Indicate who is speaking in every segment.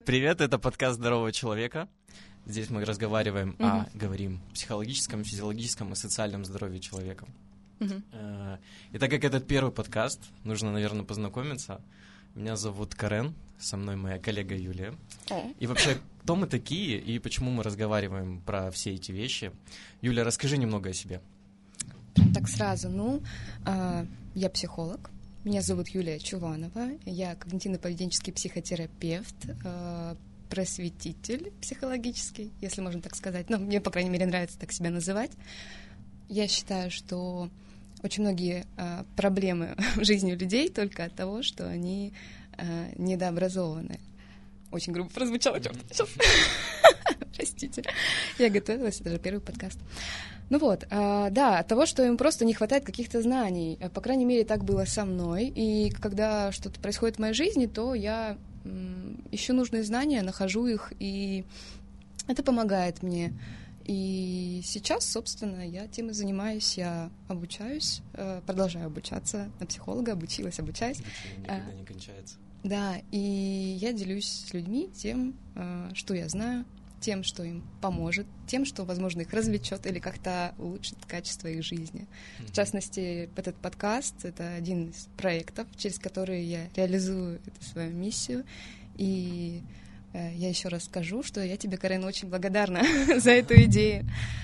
Speaker 1: Привет, это подкаст «Здорового человека». Здесь мы разговариваем говорим психологическом, физиологическом и социальном здоровье человека. И так как этот первый подкаст, нужно, наверное, познакомиться. Меня зовут Карен, со мной моя коллега Юлия. И вообще, кто мы такие и почему мы разговариваем про все эти вещи? Юля, расскажи немного о себе.
Speaker 2: Так сразу, я психолог. Меня зовут Юлия Чуванова. Я когнитивно-поведенческий психотерапевт, просветитель психологический, если можно так сказать. Мне, по крайней мере, нравится так себя называть. Я считаю, что очень многие проблемы в жизни у людей только от того, что они недообразованы. Очень грубо прозвучало, черт. Простите. Я готовилась, это же первый подкаст. От того, что им просто не хватает каких-то знаний. По крайней мере, так было со мной. И когда что-то происходит в моей жизни, то я ищу нужные знания, нахожу их, и это помогает мне. И сейчас, собственно, я тем и занимаюсь. Я обучаюсь, продолжаю обучаться на психолога, обучаюсь.
Speaker 1: Обучение никогда не кончается.
Speaker 2: Да, и я делюсь с людьми тем, что я знаю, тем, что им поможет, тем, что, возможно, их развлечет или как-то улучшит качество их жизни. В частности, этот подкаст — это один из проектов, через который я реализую эту свою миссию. И я еще раз скажу, что я тебе, Карен, очень благодарна за эту идею.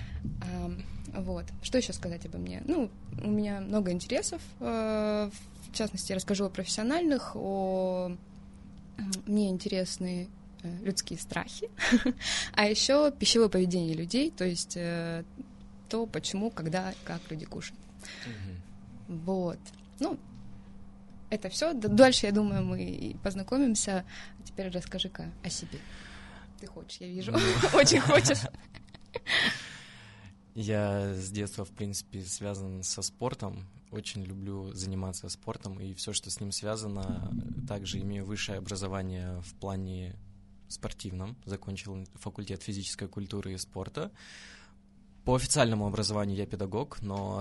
Speaker 2: Что еще сказать обо мне? У меня много интересов. В частности, я расскажу о профессиональных, мне интересны людские страхи, а еще пищевое поведение людей, то есть то, почему, когда, как люди кушают. Это все. Дальше, я думаю, мы познакомимся. Теперь расскажи-ка о себе. Ты хочешь, я вижу. Очень хочешь.
Speaker 1: Я с детства, в принципе, связан со спортом. Очень люблю заниматься спортом, и все, что с ним связано. Также имею высшее образование в плане спортивном. Закончил факультет физической культуры и спорта. По официальному образованию я педагог, но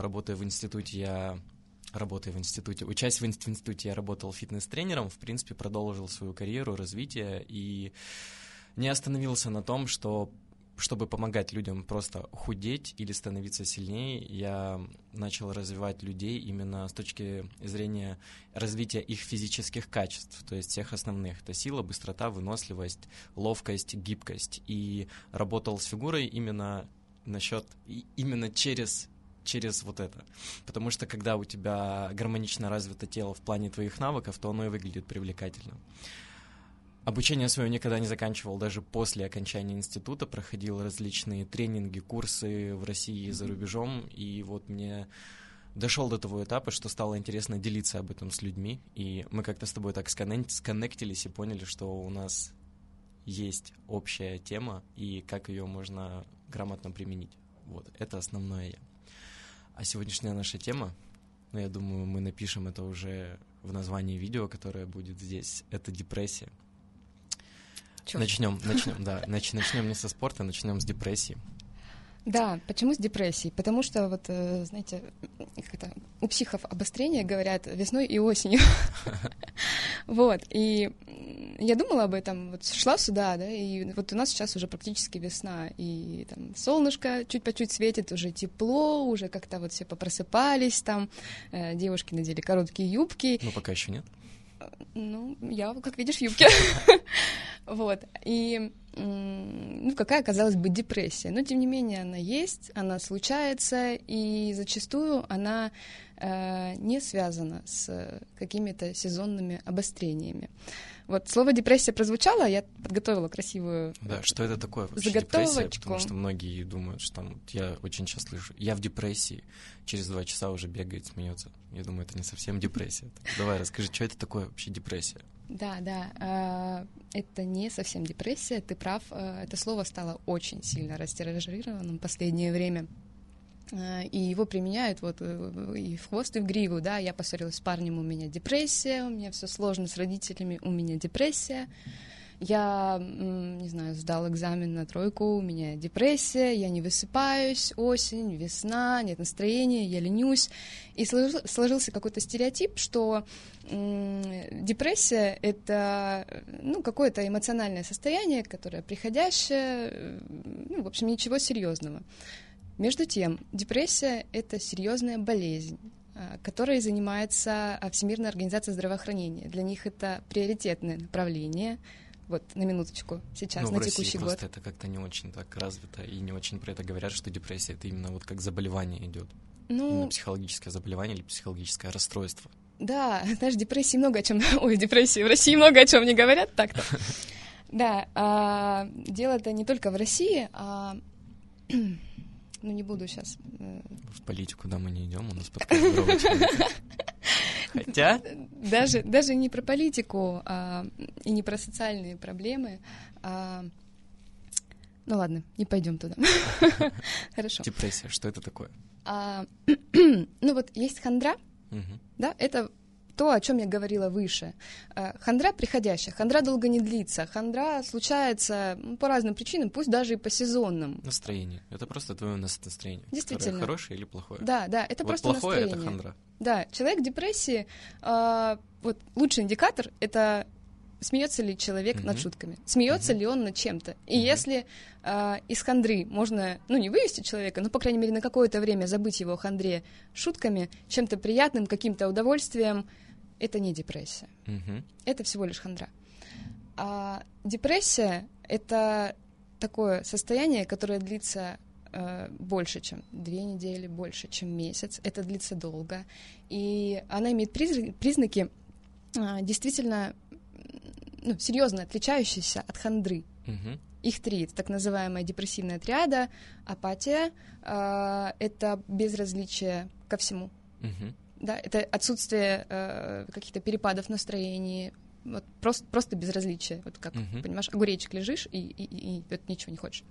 Speaker 1: учась в институте, я работал фитнес-тренером, в принципе, продолжил свою карьеру, развитие и не остановился на том, чтобы помогать людям просто худеть или становиться сильнее, я начал развивать людей именно с точки зрения развития их физических качеств, то есть всех основных. Это сила, быстрота, выносливость, ловкость, гибкость. И работал с фигурой именно через вот это. Потому что когда у тебя гармонично развито тело в плане твоих навыков, то оно и выглядит привлекательно. Обучение свое никогда не заканчивал, даже после окончания института проходил различные тренинги, курсы в России и за рубежом, и вот мне дошел до того этапа, что стало интересно делиться об этом с людьми, и мы как-то с тобой так сконнектились и поняли, что у нас есть общая тема, и как ее можно грамотно применить. Вот, это основное я. А сегодняшняя наша тема, я думаю, мы напишем это уже в названии видео, которое будет здесь, это депрессия. Начнем не со спорта, начнем с депрессии.
Speaker 2: Да, почему с депрессией? Потому что, знаете, у психов обострение, говорят, весной и осенью. И я думала об этом, шла сюда, да, и у нас сейчас уже практически весна, и там солнышко чуть по чуть светит, уже тепло, уже как-то все попросыпались, там девушки надели короткие юбки.
Speaker 1: Пока еще нет.
Speaker 2: Я, как видишь, в юбке. И какая, казалось бы, депрессия. Но, тем не менее, она есть, она случается, и зачастую она не связана с какими-то сезонными обострениями. Слово «депрессия» прозвучало, я подготовила красивую
Speaker 1: Да, что это такое вообще депрессия? Потому что многие думают, что я очень часто слышу, я в депрессии, через 2 часа уже бегает, смеется. Я думаю, это не совсем депрессия. Давай, расскажи, что это такое вообще депрессия?
Speaker 2: Да, это не совсем депрессия, ты прав, это слово стало очень сильно растиражированным в последнее время. И его применяют и в хвост, и в гриву, да, я поссорилась с парнем, у меня депрессия, у меня все сложно с родителями, у меня депрессия. я, не знаю, сдал экзамен на 3, у меня депрессия, я не высыпаюсь, осень, весна, нет настроения, я ленюсь. И сложился какой-то стереотип, что депрессия — это, какое-то эмоциональное состояние, которое приходящее, в общем, ничего серьезного. Между тем, депрессия — это серьезная болезнь, которой занимается Всемирная организация здравоохранения. Для них это приоритетное направление. Вот, на минуточку, сейчас, на текущий год.
Speaker 1: В России просто это как-то не очень так развито, и не очень про это говорят, что депрессия — это именно вот как заболевание идет. Именно психологическое заболевание или психологическое расстройство.
Speaker 2: Да, знаешь, депрессии много о чем... Ой, депрессии в России много о чем не говорят так-то. Да, дело-то не только в России, не буду сейчас...
Speaker 1: В политику, да, мы не идем, у нас подкаст «Здоровый человек». Хотя...
Speaker 2: Даже не про политику и не про социальные проблемы. Ну ладно, не пойдем туда. Хорошо.
Speaker 1: Депрессия, что это такое?
Speaker 2: Есть хандра, да, это то, о чем я говорила выше. Хандра приходящая, хандра долго не длится, хандра случается по разным причинам, пусть даже и по сезонным.
Speaker 1: Настроение. Это просто твое настроение.
Speaker 2: Действительно.
Speaker 1: Хорошее или плохое?
Speaker 2: Да, это вот просто
Speaker 1: плохое
Speaker 2: настроение.
Speaker 1: Это хандра.
Speaker 2: Да, человек в депрессии, лучший индикатор — это смеется ли человек над шутками, смеется ли он над чем-то. И если из хандры можно, не вывести человека, но, по крайней мере, на какое-то время забыть его о хандре шутками, чем-то приятным, каким-то удовольствием, это не депрессия. Это всего лишь хандра. А депрессия — это такое состояние, которое длится больше, чем 2 недели, больше, чем месяц. Это длится долго. И она имеет признаки действительно серьезно отличающиеся от хандры. Их 3. Это так называемая депрессивная триада, апатия, это безразличие ко всему. Да, это отсутствие каких-то перепадов настроения, вот просто безразличие. Вот как, понимаешь, огуречек лежишь и вот ничего не хочешь.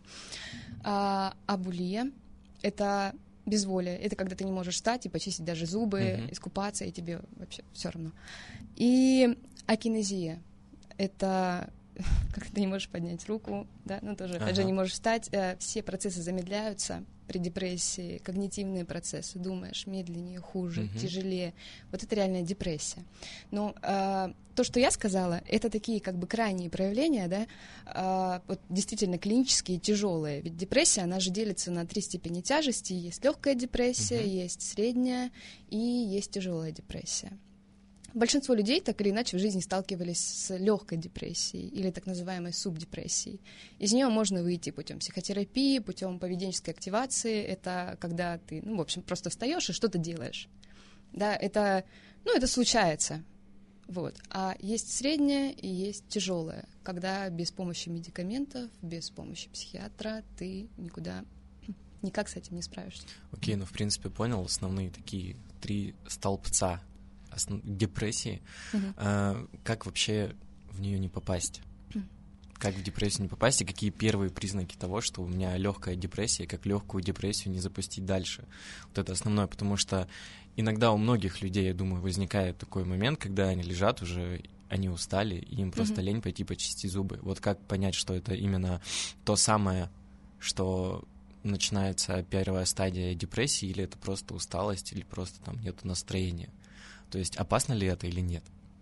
Speaker 2: Абулия — это безволие. Это когда ты не можешь встать и почистить даже зубы, искупаться, и тебе вообще все равно. И акинезия — это как ты не можешь поднять руку, да, тоже, опять же, не можешь встать, все процессы замедляются при депрессии, когнитивные процессы, думаешь медленнее, хуже, тяжелее. Вот это реальная депрессия. Но то, что я сказала, это такие как бы крайние проявления, да, вот действительно клинические, тяжелые. Ведь депрессия, она же делится на 3 степени тяжести. Есть легкая депрессия, есть средняя и есть тяжелая депрессия. Большинство людей так или иначе в жизни сталкивались с легкой депрессией или так называемой субдепрессией. Из нее можно выйти путем психотерапии, путем поведенческой активации. Это когда ты, в общем, просто встаешь и что-то делаешь. Да, это случается. Вот. А есть средняя и есть тяжелая, когда без помощи медикаментов, без помощи психиатра ты никак с этим не справишься.
Speaker 1: Окей, в принципе понял основные такие 3 столбца депрессии. Как вообще в нее не попасть? Как в депрессию не попасть, и какие первые признаки того, что у меня легкая депрессия, как легкую депрессию не запустить дальше? Вот это основное, потому что иногда у многих людей, я думаю, возникает такой момент, когда они лежат уже, они устали, и им просто лень пойти почистить зубы. Вот как понять, что это именно то самое, что начинается первая стадия депрессии, или это просто усталость, или просто там нету настроения? То есть опасно ли это или нет?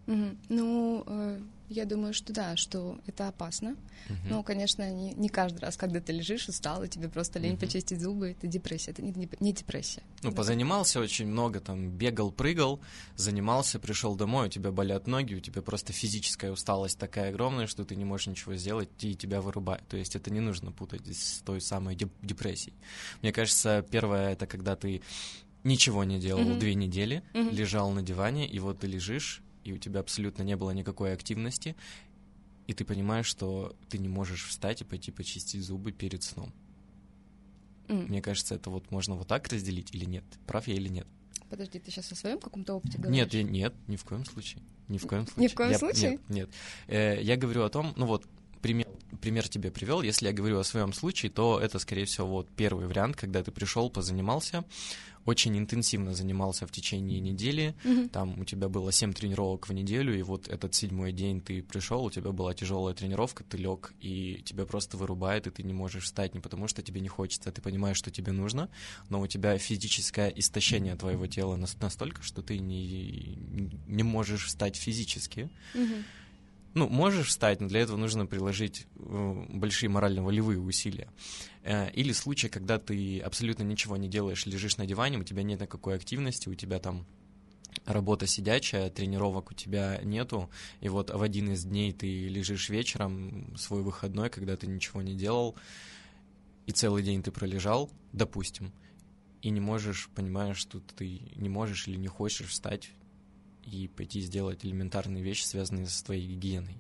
Speaker 2: Я думаю, что да, что это опасно. Но, конечно, не каждый раз, когда ты лежишь, устал, и тебе просто лень почистить зубы, это депрессия, это не депрессия.
Speaker 1: Позанимался очень много, бегал, прыгал, занимался, пришел домой, у тебя болят ноги, у тебя просто физическая усталость такая огромная, что ты не можешь ничего сделать, и тебя вырубает. То есть это не нужно путать с той самой депрессией. Мне кажется, первое — это когда ты ничего не делал 2 недели, лежал на диване, и вот ты лежишь, и у тебя абсолютно не было никакой активности, и ты понимаешь, что ты не можешь встать и пойти почистить зубы перед сном. Мне кажется, это можно вот так разделить или нет? Прав я или нет?
Speaker 2: Подожди, ты сейчас о своем каком-то опыте говоришь?
Speaker 1: Нет, ни в коем случае. Ни в коем случае.
Speaker 2: Ни в коем случае?
Speaker 1: Нет. Я говорю о том, пример тебе привел. Если я говорю о своем случае, то это, скорее всего, вот первый вариант, когда ты пришел, позанимался, очень интенсивно занимался в течение недели, там у тебя было 7 тренировок в неделю, и вот этот 7-й день ты пришел, у тебя была тяжелая тренировка, ты лег, и тебя просто вырубает, и ты не можешь встать не потому, что тебе не хочется, а ты понимаешь, что тебе нужно, но у тебя физическое истощение твоего тела настолько, что ты не можешь встать физически. Ну, можешь встать, но для этого нужно приложить большие морально-волевые усилия. Или случай, когда ты абсолютно ничего не делаешь, лежишь на диване, у тебя нет никакой активности, у тебя там работа сидячая, тренировок у тебя нету, и вот в один из дней ты лежишь вечером, свой выходной, когда ты ничего не делал, и целый день ты пролежал, допустим, и не можешь, понимаешь, что ты не можешь или не хочешь встать и пойти сделать элементарные вещи, связанные с твоей гигиеной.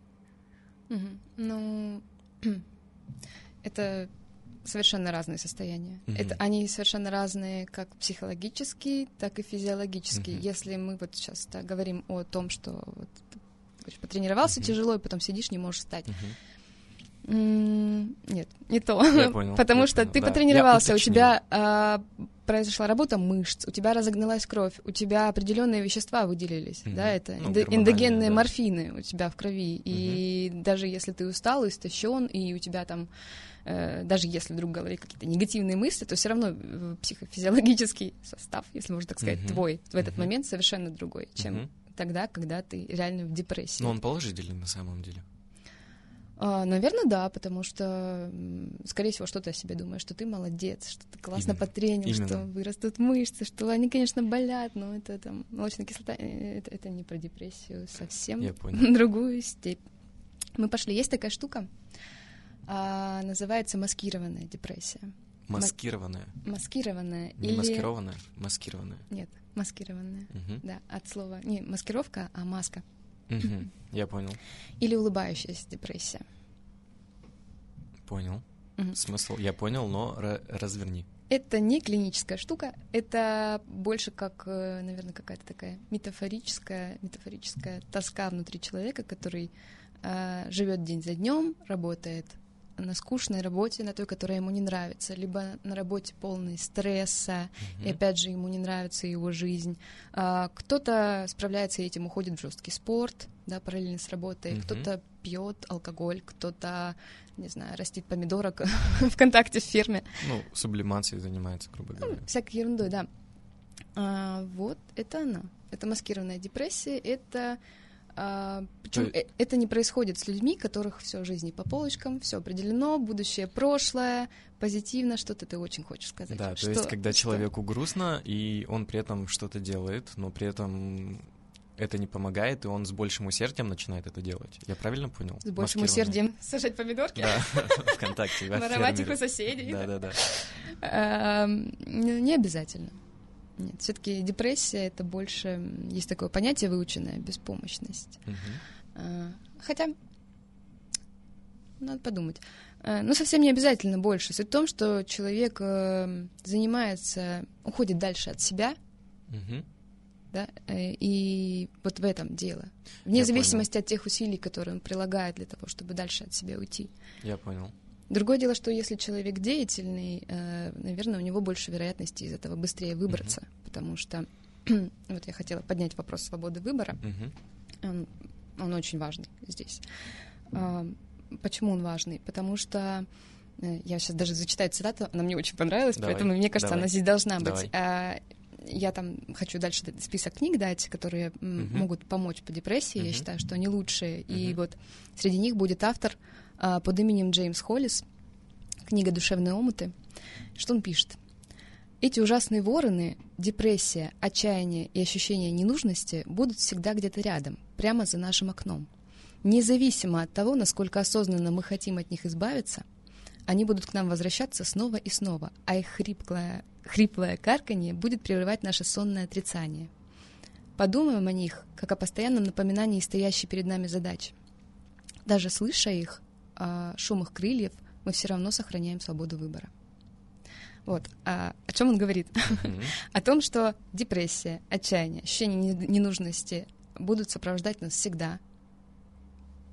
Speaker 2: Ну, это совершенно разные состояния. Они совершенно разные как психологически, так и физиологически. Если мы вот сейчас говорим о том, что вот, потренировался тяжело, и потом сидишь, не можешь встать. Нет, не то.
Speaker 1: Я понял.
Speaker 2: Потому что ты потренировался, у тебя произошла работа мышц, у тебя разогналась кровь, у тебя определенные вещества выделились, да, это эндогенные морфины у тебя в крови, и даже если ты устал, истощен, и у тебя там, даже если вдруг говорить какие-то негативные мысли, то все равно психофизиологический состав, если можно так сказать, твой в этот момент совершенно другой, чем тогда, когда ты реально в депрессии.
Speaker 1: Но он положительный на самом деле.
Speaker 2: Наверное, да, потому что, скорее всего, что ты о себе думаешь, что ты молодец, что ты классно потренил, что вырастут мышцы, что они, конечно, болят, но это там молочная кислота, это не про депрессию, совсем другую степь. Мы пошли, есть такая штука, называется маскированная депрессия.
Speaker 1: Маскированная?
Speaker 2: Маскированная.
Speaker 1: Не маскированная? Маскированная.
Speaker 2: Нет, маскированная, да, от слова, не маскировка, а маска.
Speaker 1: Я понял.
Speaker 2: Или улыбающаяся депрессия.
Speaker 1: Понял. Смысл я понял, но разверни.
Speaker 2: Это не клиническая штука, это больше как, наверное, какая-то такая метафорическая тоска внутри человека, который живет день за днем, работает на скучной работе, на той, которая ему не нравится, либо на работе полной стресса, и опять же ему не нравится его жизнь. Кто-то справляется этим, уходит в жесткий спорт, да, параллельно с работой, кто-то пьет алкоголь, кто-то, не знаю, растит помидорок ВКонтакте в ферме.
Speaker 1: Ну, сублимацией занимается, грубо говоря.
Speaker 2: Всякой ерундой, да. Вот это она. Это маскированная депрессия, это... Причем это не происходит с людьми, которых все в жизни по полочкам, все определено, будущее, прошлое, позитивно, что-то ты очень хочешь сказать.
Speaker 1: Да, то есть, когда человеку грустно, и он при этом что-то делает, но при этом это не помогает, и он с большим усердием начинает это делать. Я правильно понял?
Speaker 2: С большим усердием сажать помидорки?
Speaker 1: Да, ВКонтакте.
Speaker 2: Воровать их у соседей.
Speaker 1: Да.
Speaker 2: Не обязательно. Нет, все-таки депрессия — это больше... Есть такое понятие выученное — беспомощность. Хотя, надо подумать. Но совсем не обязательно больше. Суть в том, что человек занимается, уходит дальше от себя, да, и вот в этом дело. Вне зависимости от тех усилий, которые он прилагает для того, чтобы дальше от себя уйти.
Speaker 1: Я понял.
Speaker 2: Другое дело, что если человек деятельный, наверное, у него больше вероятности из этого быстрее выбраться, потому что вот я хотела поднять вопрос свободы выбора. Он очень важный здесь. Почему он важный? Потому что я сейчас даже зачитаю цитату, она мне очень понравилась, поэтому мне кажется, она здесь должна быть. Я там хочу дальше список книг дать, которые могут помочь по депрессии. Я считаю, что они лучшие. И вот среди них будет автор под именем Джеймс Холлис, книга «Душевные омуты». Что он пишет? Эти ужасные вороны, депрессия, отчаяние и ощущение ненужности будут всегда где-то рядом, прямо за нашим окном. Независимо от того, насколько осознанно мы хотим от них избавиться, они будут к нам возвращаться снова и снова, а их хриплое карканье будет прерывать наше сонное отрицание. Подумаем о них, как о постоянном напоминании стоящей перед нами задачи. Даже слыша их, шум их крыльев, мы все равно сохраняем свободу выбора. Вот. О чем он говорит? О том, что депрессия, отчаяние, ощущение ненужности будут сопровождать нас всегда.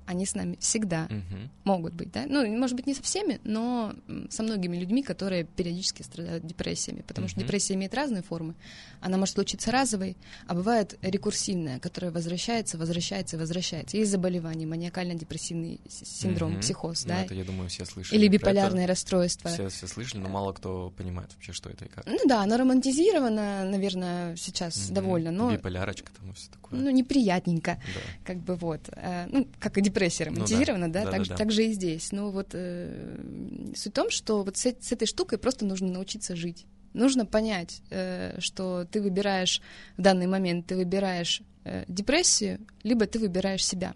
Speaker 2: они с нами всегда могут быть, да? Ну, может быть, не со всеми, но со многими людьми, которые периодически страдают депрессиями, потому что депрессия имеет разные формы. Она может случиться разовой, а бывает рекурсивная, которая возвращается. Есть заболевания, маниакально-депрессивный синдром, психоз, да?
Speaker 1: Это, я думаю, все слышали.
Speaker 2: Или биполярное расстройство.
Speaker 1: Все слышали, но мало кто понимает вообще, что это и как.
Speaker 2: Ну да, оно романтизировано, наверное, сейчас довольно, но...
Speaker 1: Биполярочка там и все такое.
Speaker 2: Ну, неприятненько,
Speaker 1: Да.
Speaker 2: как бы вот. Ну, как и депрессия романтизирована,
Speaker 1: Ну,
Speaker 2: да, так же и здесь. Ну, вот суть в том, что вот с этой штукой просто нужно научиться жить. Нужно понять, что ты выбираешь в данный момент, ты выбираешь депрессию, либо ты выбираешь себя.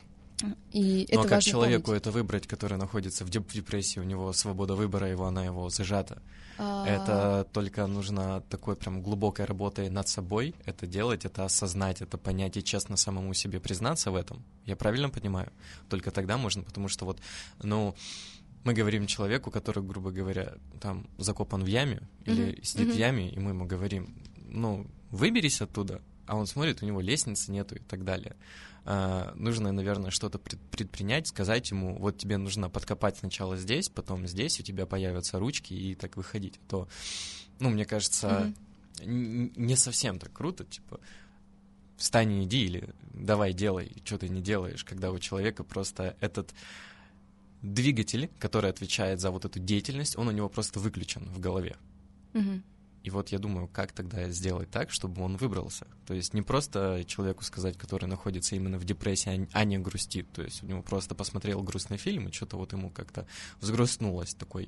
Speaker 2: И это
Speaker 1: а как
Speaker 2: важно
Speaker 1: человеку
Speaker 2: помнить.
Speaker 1: это выбрать, который находится в депрессии, у него свобода выбора, она его зажата? Это только нужно такой прям глубокой работой над собой это делать, это осознать, это понять и честно самому себе признаться в этом. Я правильно понимаю? Только тогда можно, потому что вот, мы говорим человеку, который, грубо говоря, там закопан в яме или сидит в яме, и мы ему говорим, выберись оттуда, а он смотрит, у него лестницы нету и так далее. Нужно, наверное, что-то предпринять, сказать ему, вот тебе нужно подкопать сначала здесь, потом здесь, у тебя появятся ручки, и так выходить. То, мне кажется, не совсем так круто, типа, встань и иди, или давай делай, что ты не делаешь, когда у человека просто этот двигатель, который отвечает за вот эту деятельность, он у него просто выключен в голове. И вот я думаю, как тогда сделать так, чтобы он выбрался. То есть не просто человеку сказать, который находится именно в депрессии, а не грустит. То есть у него просто посмотрел грустный фильм, и что-то вот ему как-то взгрустнулось такой.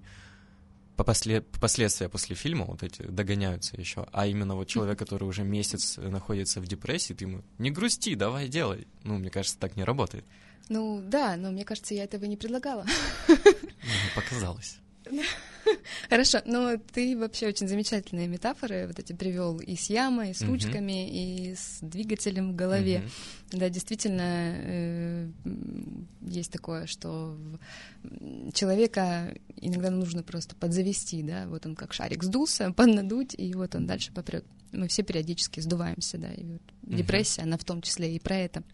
Speaker 1: Последствия после фильма вот эти догоняются еще. А именно вот человек, который уже месяц находится в депрессии, ты ему не грусти, давай делай. Мне кажется, так не работает.
Speaker 2: Ну да, но мне кажется, я этого не предлагала.
Speaker 1: Показалось.
Speaker 2: Хорошо, но ты вообще очень замечательные метафоры вот эти привел и с ямой, и с ручками, и с двигателем в голове. Да, действительно, есть такое, что человека иногда нужно просто подзавести, да, вот он как шарик сдулся, поднадуть, и вот он дальше попрет. Мы все периодически сдуваемся, да, и вот депрессия, она в том числе и про это.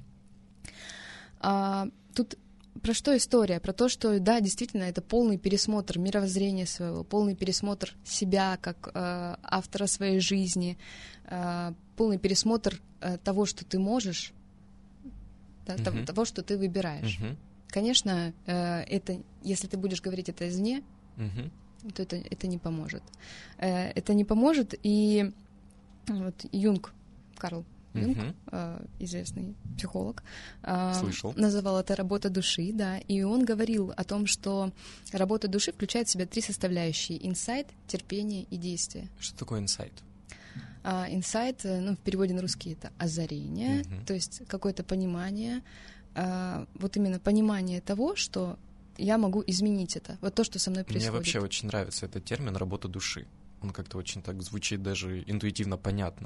Speaker 2: Тут про что история? Про то, что, да, действительно, это полный пересмотр мировоззрения своего, полный пересмотр себя как автора своей жизни, полный пересмотр того, что ты можешь, да, того, что ты выбираешь. Конечно, это, если ты будешь говорить это извне, то это не поможет. Это не поможет, и вот Карл Юнг, известный психолог, называл это «работа души», да, и он говорил о том, что работа души включает в себя 3 составляющие: инсайт, терпение и действие.
Speaker 1: Что такое инсайт?
Speaker 2: Инсайт, в переводе на русский это озарение, то есть какое-то понимание, вот именно понимание того, что я могу изменить это, вот то, что со мной происходит.
Speaker 1: Мне вообще очень нравится этот термин «работа души». Он как-то очень так звучит даже интуитивно понятно.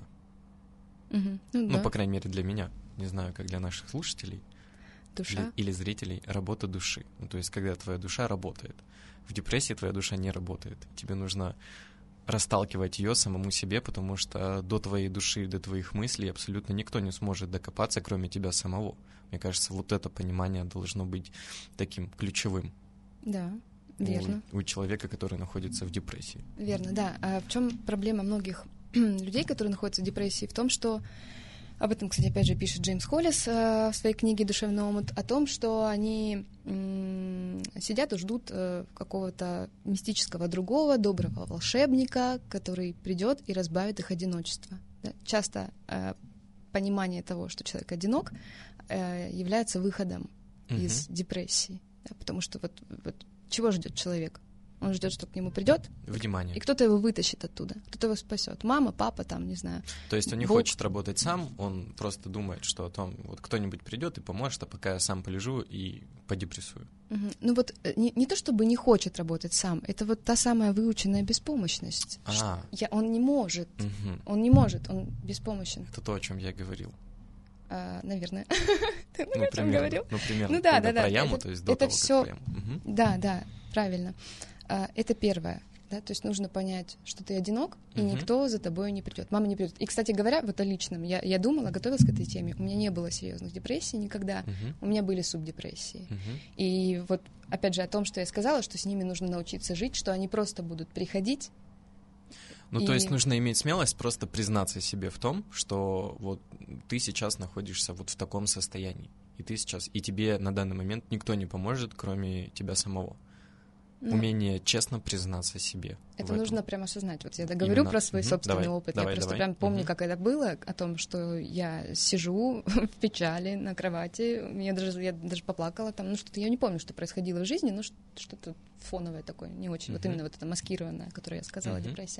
Speaker 2: Да.
Speaker 1: По крайней мере, для меня. Не знаю, как для наших слушателей
Speaker 2: душа.
Speaker 1: Или зрителей. Работа души. То есть, когда твоя душа работает. В депрессии твоя душа не работает. Тебе нужно расталкивать ее самому себе, потому что до твоей души, до твоих мыслей абсолютно никто не сможет докопаться, кроме тебя самого. Мне кажется, вот это понимание должно быть таким ключевым.
Speaker 2: Да, верно.
Speaker 1: У человека, который находится в депрессии.
Speaker 2: Верно, да. А в чем проблема многих людей, которые находятся в депрессии, в том, что об этом, кстати, опять же пишет Джеймс Холлис в своей книге «Душевный омут», о том, что они сидят и ждут какого-то мистического другого, доброго волшебника, который придет и разбавит их одиночество. Да? Часто понимание того, что человек одинок, является выходом из депрессии, да? Потому что вот чего ждет человек? Он ждет, что к нему придет,
Speaker 1: внимание,
Speaker 2: и кто-то его вытащит оттуда, кто-то его спасет. Мама, папа, там, не знаю.
Speaker 1: То есть он не
Speaker 2: Бог.
Speaker 1: хочет работать сам, он просто думает, что о том, вот кто-нибудь придет и поможет, а пока я сам полежу и подепрессую.
Speaker 2: Ну вот не то чтобы не хочет работать сам, это вот та самая выученная беспомощность. Он не может, он беспомощен.
Speaker 1: Это то, о чем я говорил.
Speaker 2: Наверное. Ты
Speaker 1: об этом говорил?
Speaker 2: Ну да.
Speaker 1: Про яму, то есть до того, как про яму.
Speaker 2: Да, правильно. Это первое. Да, то есть нужно понять, что ты одинок, и никто за тобой не придет. Мама не придет. И, кстати говоря, вот о личном. Я думала, готовилась к этой теме. У меня не было серьезных депрессий никогда. У меня были субдепрессии. И вот, опять же, о том, что я сказала, что с ними нужно научиться жить, что они просто будут приходить.
Speaker 1: Ну, то есть нужно иметь смелость просто признаться себе в том, что вот ты сейчас находишься вот в таком состоянии. И ты сейчас, и тебе на данный момент никто не поможет, кроме тебя самого. Умение честно признаться себе.
Speaker 2: Это нужно прям осознать. Вот я договорю про свой собственный опыт. Я просто прям помню, как это было, о том, что я сижу в печали на кровати. Я даже поплакала там. Ну, что-то я не помню, что происходило в жизни, но что-то фоновое такое, не очень. Вот именно вот это маскированное, которое я сказала, депрессия.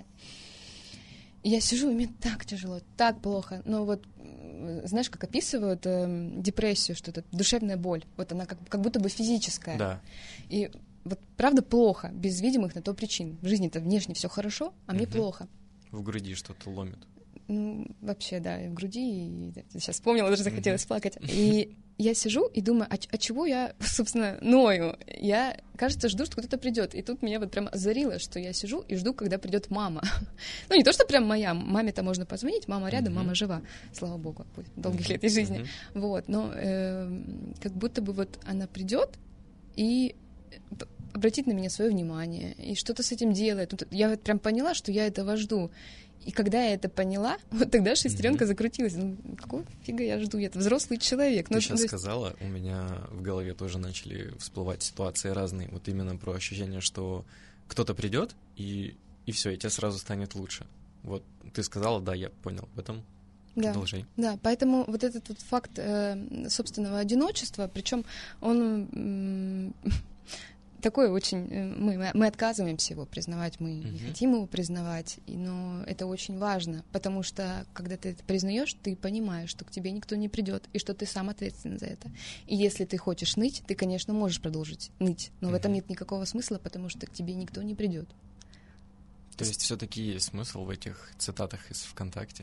Speaker 2: И я сижу, и мне так тяжело, так плохо. Но вот, знаешь, как описывают депрессию, что это душевная боль. Вот она как будто бы физическая.
Speaker 1: Да.
Speaker 2: И вот правда плохо, без видимых на то причин. В жизни-то внешне все хорошо, а мне плохо.
Speaker 1: В груди что-то ломит.
Speaker 2: Ну, вообще, да, в груди. И сейчас вспомнила, даже захотелось плакать. И я сижу и думаю, а чего я, собственно, ною? Я, кажется, жду, что кто-то придет. И тут меня вот прям озарило, что я сижу и жду, когда придет мама. Ну, не то, что прям моя. Маме-то можно позвонить, мама рядом, мама жива. Слава богу, долгих лет и жизни. Вот, но как будто бы вот она придет и обратить на меня свое внимание и что-то с этим делает. Я вот прям поняла, что я этого жду. И когда я это поняла, вот тогда шестеренка закрутилась. Ну, какого фига я жду? Я взрослый человек.
Speaker 1: Ты сейчас сказала, у меня в голове тоже начали всплывать ситуации разные. Вот именно про ощущение, что кто-то придет, и все, и тебе сразу станет лучше. Вот ты сказала, да, я понял об этом.
Speaker 2: Да,
Speaker 1: продолжай.
Speaker 2: Да, поэтому вот этот вот факт собственного одиночества, причем он такой очень... Мы отказываемся его признавать, мы не хотим его признавать, но это очень важно, потому что, когда ты это признаешь, ты понимаешь, что к тебе никто не придет, и что ты сам ответственен за это. И если ты хочешь ныть, ты, конечно, можешь продолжить ныть, но в этом нет никакого смысла, потому что к тебе никто не придет.
Speaker 1: То есть все-таки есть смысл в этих цитатах из ВКонтакте?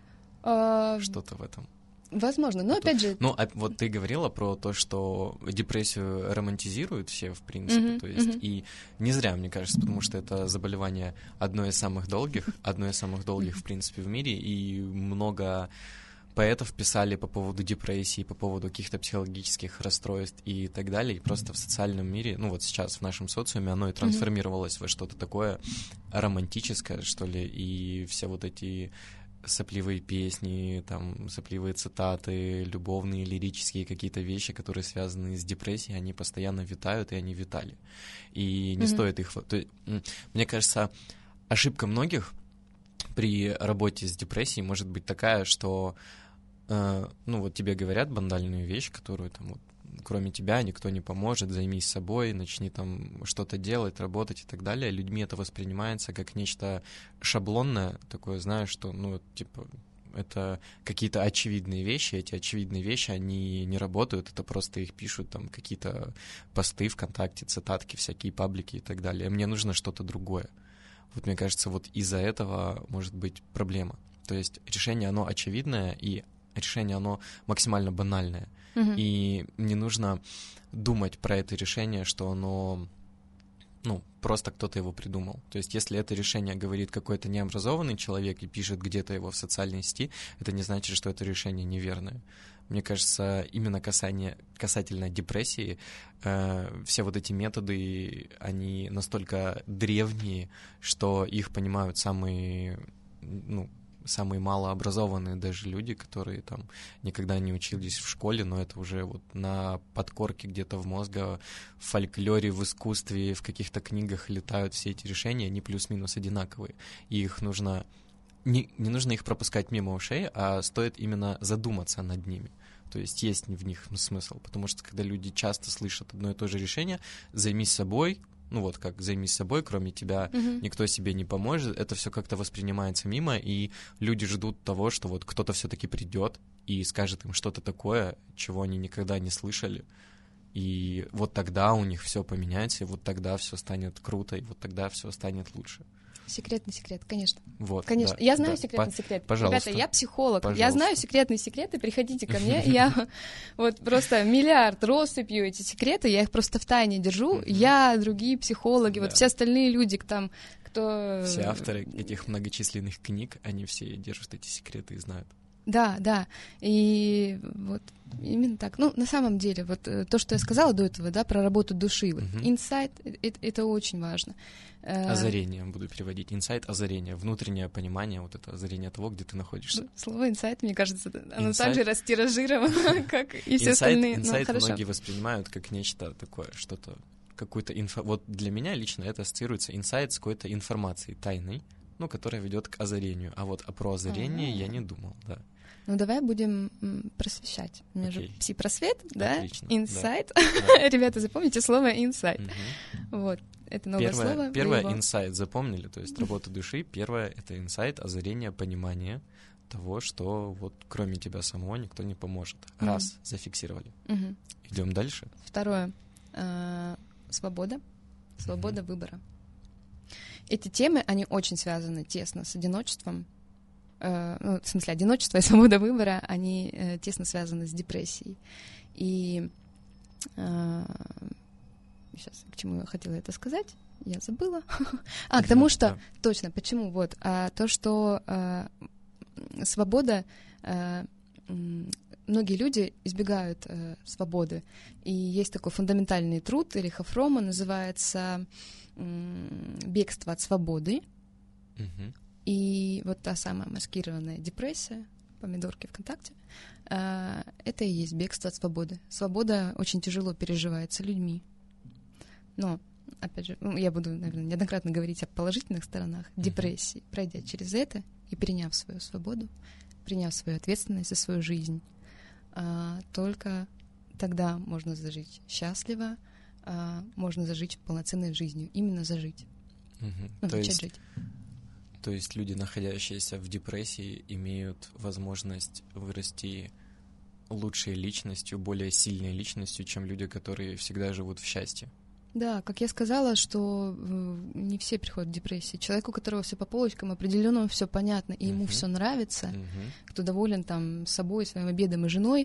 Speaker 1: Что-то в этом.
Speaker 2: Возможно, но опять же...
Speaker 1: Ну, вот ты говорила про то, что депрессию романтизируют все, в принципе, то есть, и не зря, мне кажется, потому что это заболевание одно из самых долгих, в принципе, в мире, и много поэтов писали по поводу депрессии, по поводу каких-то психологических расстройств и так далее, и просто в социальном мире, ну, вот сейчас в нашем социуме оно и трансформировалось во что-то такое романтическое, что ли, и все вот эти... сопливые песни, там, сопливые цитаты, любовные, лирические какие-то вещи, которые связаны с депрессией, они постоянно витают, и они витали. И не стоит их... То есть, мне кажется, ошибка многих при работе с депрессией может быть такая, что, ну, вот тебе говорят банальную вещь, которую там вот кроме тебя никто не поможет, займись собой, начни там что-то делать, работать и так далее. Людьми это воспринимается как нечто шаблонное, такое, знаешь, что, ну, типа, это какие-то очевидные вещи, эти очевидные вещи, они не работают, это просто их пишут, там, какие-то посты ВКонтакте, цитатки, всякие паблики и так далее. Мне нужно что-то другое. Вот мне кажется, вот из-за этого может быть проблема. То есть решение, оно очевидное, и решение, оно максимально банальное. И не нужно думать про это решение, что оно, ну, просто кто-то его придумал. То есть если это решение говорит какой-то необразованный человек и пишет где-то его в социальной сети, это не значит, что это решение неверное. Мне кажется, именно касательно депрессии, все вот эти методы, они настолько древние, что их понимают самые малообразованные даже люди, которые там никогда не учились в школе, но это уже вот на подкорке где-то в мозге, в фольклоре, в искусстве, в каких-то книгах летают все эти решения, они плюс-минус одинаковые. И их нужно... Не нужно их пропускать мимо ушей, а стоит именно задуматься над ними. То есть есть в них смысл, потому что когда люди часто слышат одно и то же решение, займись собой, ну вот как займись собой, кроме тебя никто себе не поможет, это все как-то воспринимается мимо, и люди ждут того, что вот кто-то все-таки придет и скажет им что-то такое, чего они никогда не слышали, и вот тогда у них все поменяется, и вот тогда все станет круто, и вот тогда все станет лучше.
Speaker 2: Секретный секрет, конечно.
Speaker 1: Вот,
Speaker 2: конечно.
Speaker 1: Да,
Speaker 2: я знаю секретный секрет.
Speaker 1: Пожалуйста.
Speaker 2: Ребята, я психолог.
Speaker 1: Пожалуйста.
Speaker 2: Я знаю секретные секреты. Приходите ко мне. Я вот просто миллиард россыпью эти секреты. Я их просто в тайне держу. Я, другие психологи, вот все остальные люди, кто кто...
Speaker 1: Все авторы этих многочисленных книг, они все держат эти секреты и знают.
Speaker 2: Да, да, и вот именно так. Ну, на самом деле, вот то, что я сказала до этого, да, про работу души, вот, инсайт — это очень важно.
Speaker 1: Озарение буду переводить. Инсайт — озарение, внутреннее понимание, вот это озарение того, где ты находишься.
Speaker 2: Слово инсайт, мне кажется, оно так же растиражировано, как и все остальные.
Speaker 1: Инсайт многие воспринимают как нечто такое, что-то, какую-то инфo. Вот для меня лично это ассоциируется инсайт с какой-то информацией тайной, ну, которая ведет к озарению. А вот про озарение я не думал, да.
Speaker 2: Ну, давай будем просвещать. У меня же пси-просвет, да? Инсайт.
Speaker 1: Да.
Speaker 2: Ребята, запомните слово инсайт. Вот, это новое слово.
Speaker 1: Первое инсайт запомнили, то есть работа души. Первое — это инсайт, озарение, понимание того, что вот кроме тебя самого никто не поможет. Раз, зафиксировали. Идем дальше.
Speaker 2: Второе. Свобода. Свобода выбора. Эти темы, они очень связаны тесно с одиночеством. Ну, в смысле, одиночество и свобода выбора, они тесно связаны с депрессией. И сейчас, к чему я хотела это сказать, я забыла. К тому, что... Точно, почему? Вот. То, что свобода... Многие люди избегают свободы. И есть такой фундаментальный труд Эриха Фрома, называется «Бегство от свободы». И вот та самая маскированная депрессия, помидорки ВКонтакте, это и есть бегство от свободы. Свобода очень тяжело переживается людьми. Но, опять же, я буду, наверное, неоднократно говорить о положительных сторонах депрессии, пройдя через это и приняв свою свободу, приняв свою ответственность за свою жизнь. Только тогда можно зажить счастливо, можно зажить полноценной жизнью, именно зажить. Начать жить.
Speaker 1: То есть люди, находящиеся в депрессии, имеют возможность вырасти лучшей личностью, более сильной личностью, чем люди, которые всегда живут в счастье.
Speaker 2: Да, как я сказала, что не все приходят в депрессию. Человек, у которого все по полочкам, определенно все понятно, и ему все нравится, кто доволен там собой, своим обедом и женой,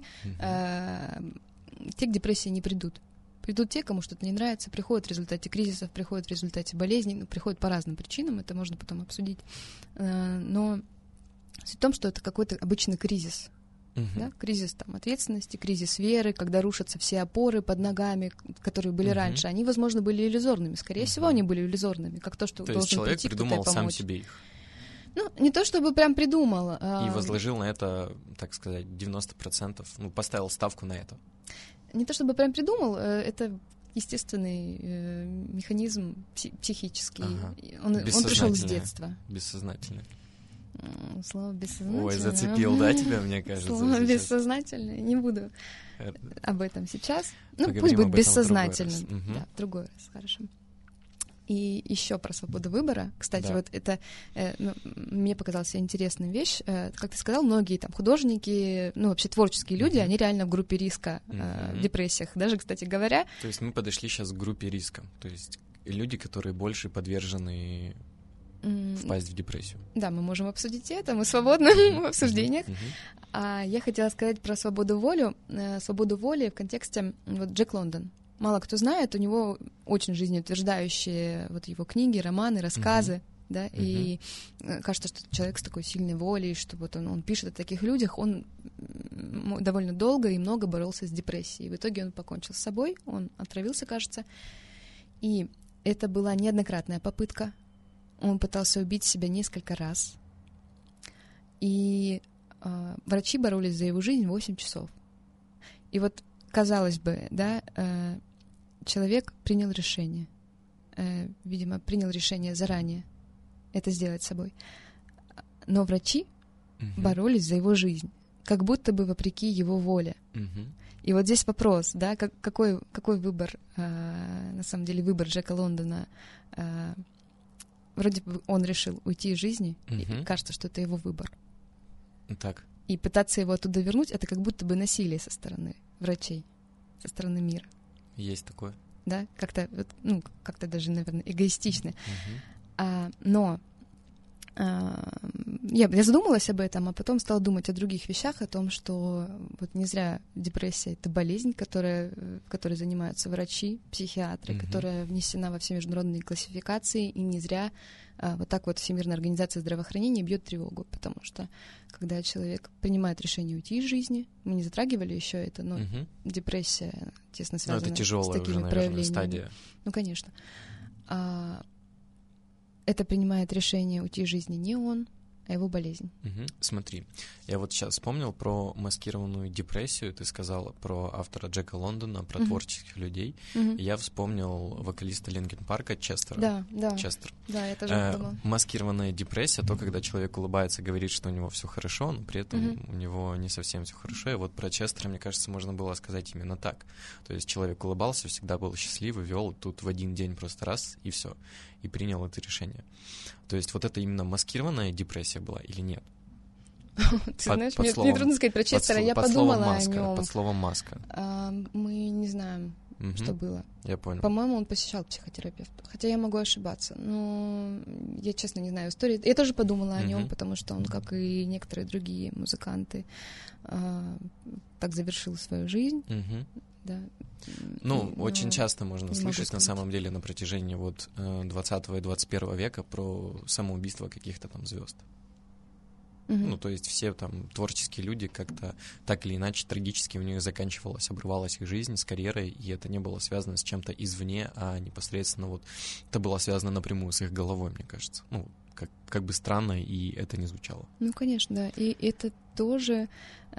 Speaker 2: те к депрессии не придут. Придут те, кому что-то не нравится, приходят в результате кризисов, приходят в результате болезней, приходят по разным причинам, это можно потом обсудить. Но суть в том, что это какой-то обычный кризис. Да? Кризис там, ответственности, кризис веры, когда рушатся все опоры под ногами, которые были раньше. Они, возможно, были иллюзорными. Скорее всего, они были иллюзорными, как то, что
Speaker 1: то
Speaker 2: должен
Speaker 1: человек
Speaker 2: прийти
Speaker 1: придумал
Speaker 2: кто-то и помочь.
Speaker 1: сам себе их.
Speaker 2: Ну, не то чтобы прям придумал.
Speaker 1: И возложил на это, так сказать, 90%, ну, поставил ставку на это.
Speaker 2: Не то чтобы прям придумал, это естественный механизм психический. Он пришел с детства.
Speaker 1: Бессознательный.
Speaker 2: Слово бессознательное.
Speaker 1: Ой, зацепил, да, тебя, мне кажется?
Speaker 2: Слово бессознательное. Не буду об этом сейчас. Ну, пусть будет бессознательным. Да, в другой раз, хорошо. И еще про свободу выбора. Кстати, вот это мне показалась интересная вещь. Как ты сказал, многие там художники, ну, вообще творческие люди, они реально в группе риска в депрессиях. Даже, кстати говоря...
Speaker 1: То есть мы подошли сейчас к группе риска. То есть люди, которые больше подвержены впасть в депрессию.
Speaker 2: Да, мы можем обсудить это, мы свободны в обсуждениях. А я хотела сказать про свободу воли в контексте вот Джек Лондон. Мало кто знает, у него очень жизнеутверждающие вот его книги, романы, рассказы, да, и кажется, что человек с такой сильной волей, что вот он пишет о таких людях, он довольно долго и много боролся с депрессией. В итоге он покончил с собой, он отравился, кажется, и это была неоднократная попытка. Он пытался убить себя несколько раз, и врачи боролись за его жизнь 8 часов. И вот, казалось бы, да, человек принял решение, видимо, принял решение заранее это сделать с собой, но врачи боролись за его жизнь, как будто бы вопреки его воле. И вот здесь вопрос, да, какой выбор, на самом деле выбор Джека Лондона. Вроде бы он решил уйти из жизни, и кажется, что это его выбор.
Speaker 1: Так.
Speaker 2: И пытаться его оттуда вернуть, это как будто бы насилие со стороны врачей, со стороны мира.
Speaker 1: Есть такое.
Speaker 2: Да, как-то, ну, как-то даже, наверное, эгоистично. Но Я задумалась об этом, а потом стала думать о других вещах, о том, что вот не зря депрессия — это болезнь, которой занимаются врачи, психиатры, которая внесена во все международные классификации, и не зря вот так вот Всемирная организация здравоохранения бьет тревогу, потому что когда человек принимает решение уйти из жизни, мы не затрагивали еще это, но депрессия тесно связана с такими проявлениями. Стадия. Ну, конечно. Это принимает решение уйти из жизни не он, а его болезнь.
Speaker 1: Смотри, я вот сейчас вспомнил про маскированную депрессию, ты сказала про автора Джека Лондона, про творческих людей. Я вспомнил вокалиста Линкин Парка Честера.
Speaker 2: Да.
Speaker 1: Честер.
Speaker 2: Да, я тоже подумала.
Speaker 1: Маскированная депрессия, то, когда человек улыбается, говорит, что у него все хорошо, но при этом у него не совсем все хорошо. И вот про Честера, мне кажется, можно было сказать именно так. То есть человек улыбался, всегда был счастливый, вел, тут в один день просто раз, и все. И принял это решение. То есть вот это именно маскированная депрессия была или нет?
Speaker 2: Ты знаешь, мне трудно сказать про Честера, я подумала о нем.
Speaker 1: Под словом «маска».
Speaker 2: Мы не знаем, что было.
Speaker 1: Я понял.
Speaker 2: По-моему, он посещал психотерапевта. Хотя я могу ошибаться. Но я, честно, не знаю истории. Я тоже подумала о нем, потому что он, как и некоторые другие музыканты, так завершил свою жизнь. Да.
Speaker 1: Ну, очень часто можно слышать, на самом деле, на протяжении вот 20 и 21 века про самоубийство каких-то там звезд. Ну, то есть все там творческие люди как-то так или иначе трагически у них заканчивалась, обрывалась их жизнь с карьерой, и это не было связано с чем-то извне, а непосредственно вот это было связано напрямую с их головой, мне кажется. Ну, как бы странно, и это не звучало.
Speaker 2: Ну, конечно, да. И это тоже,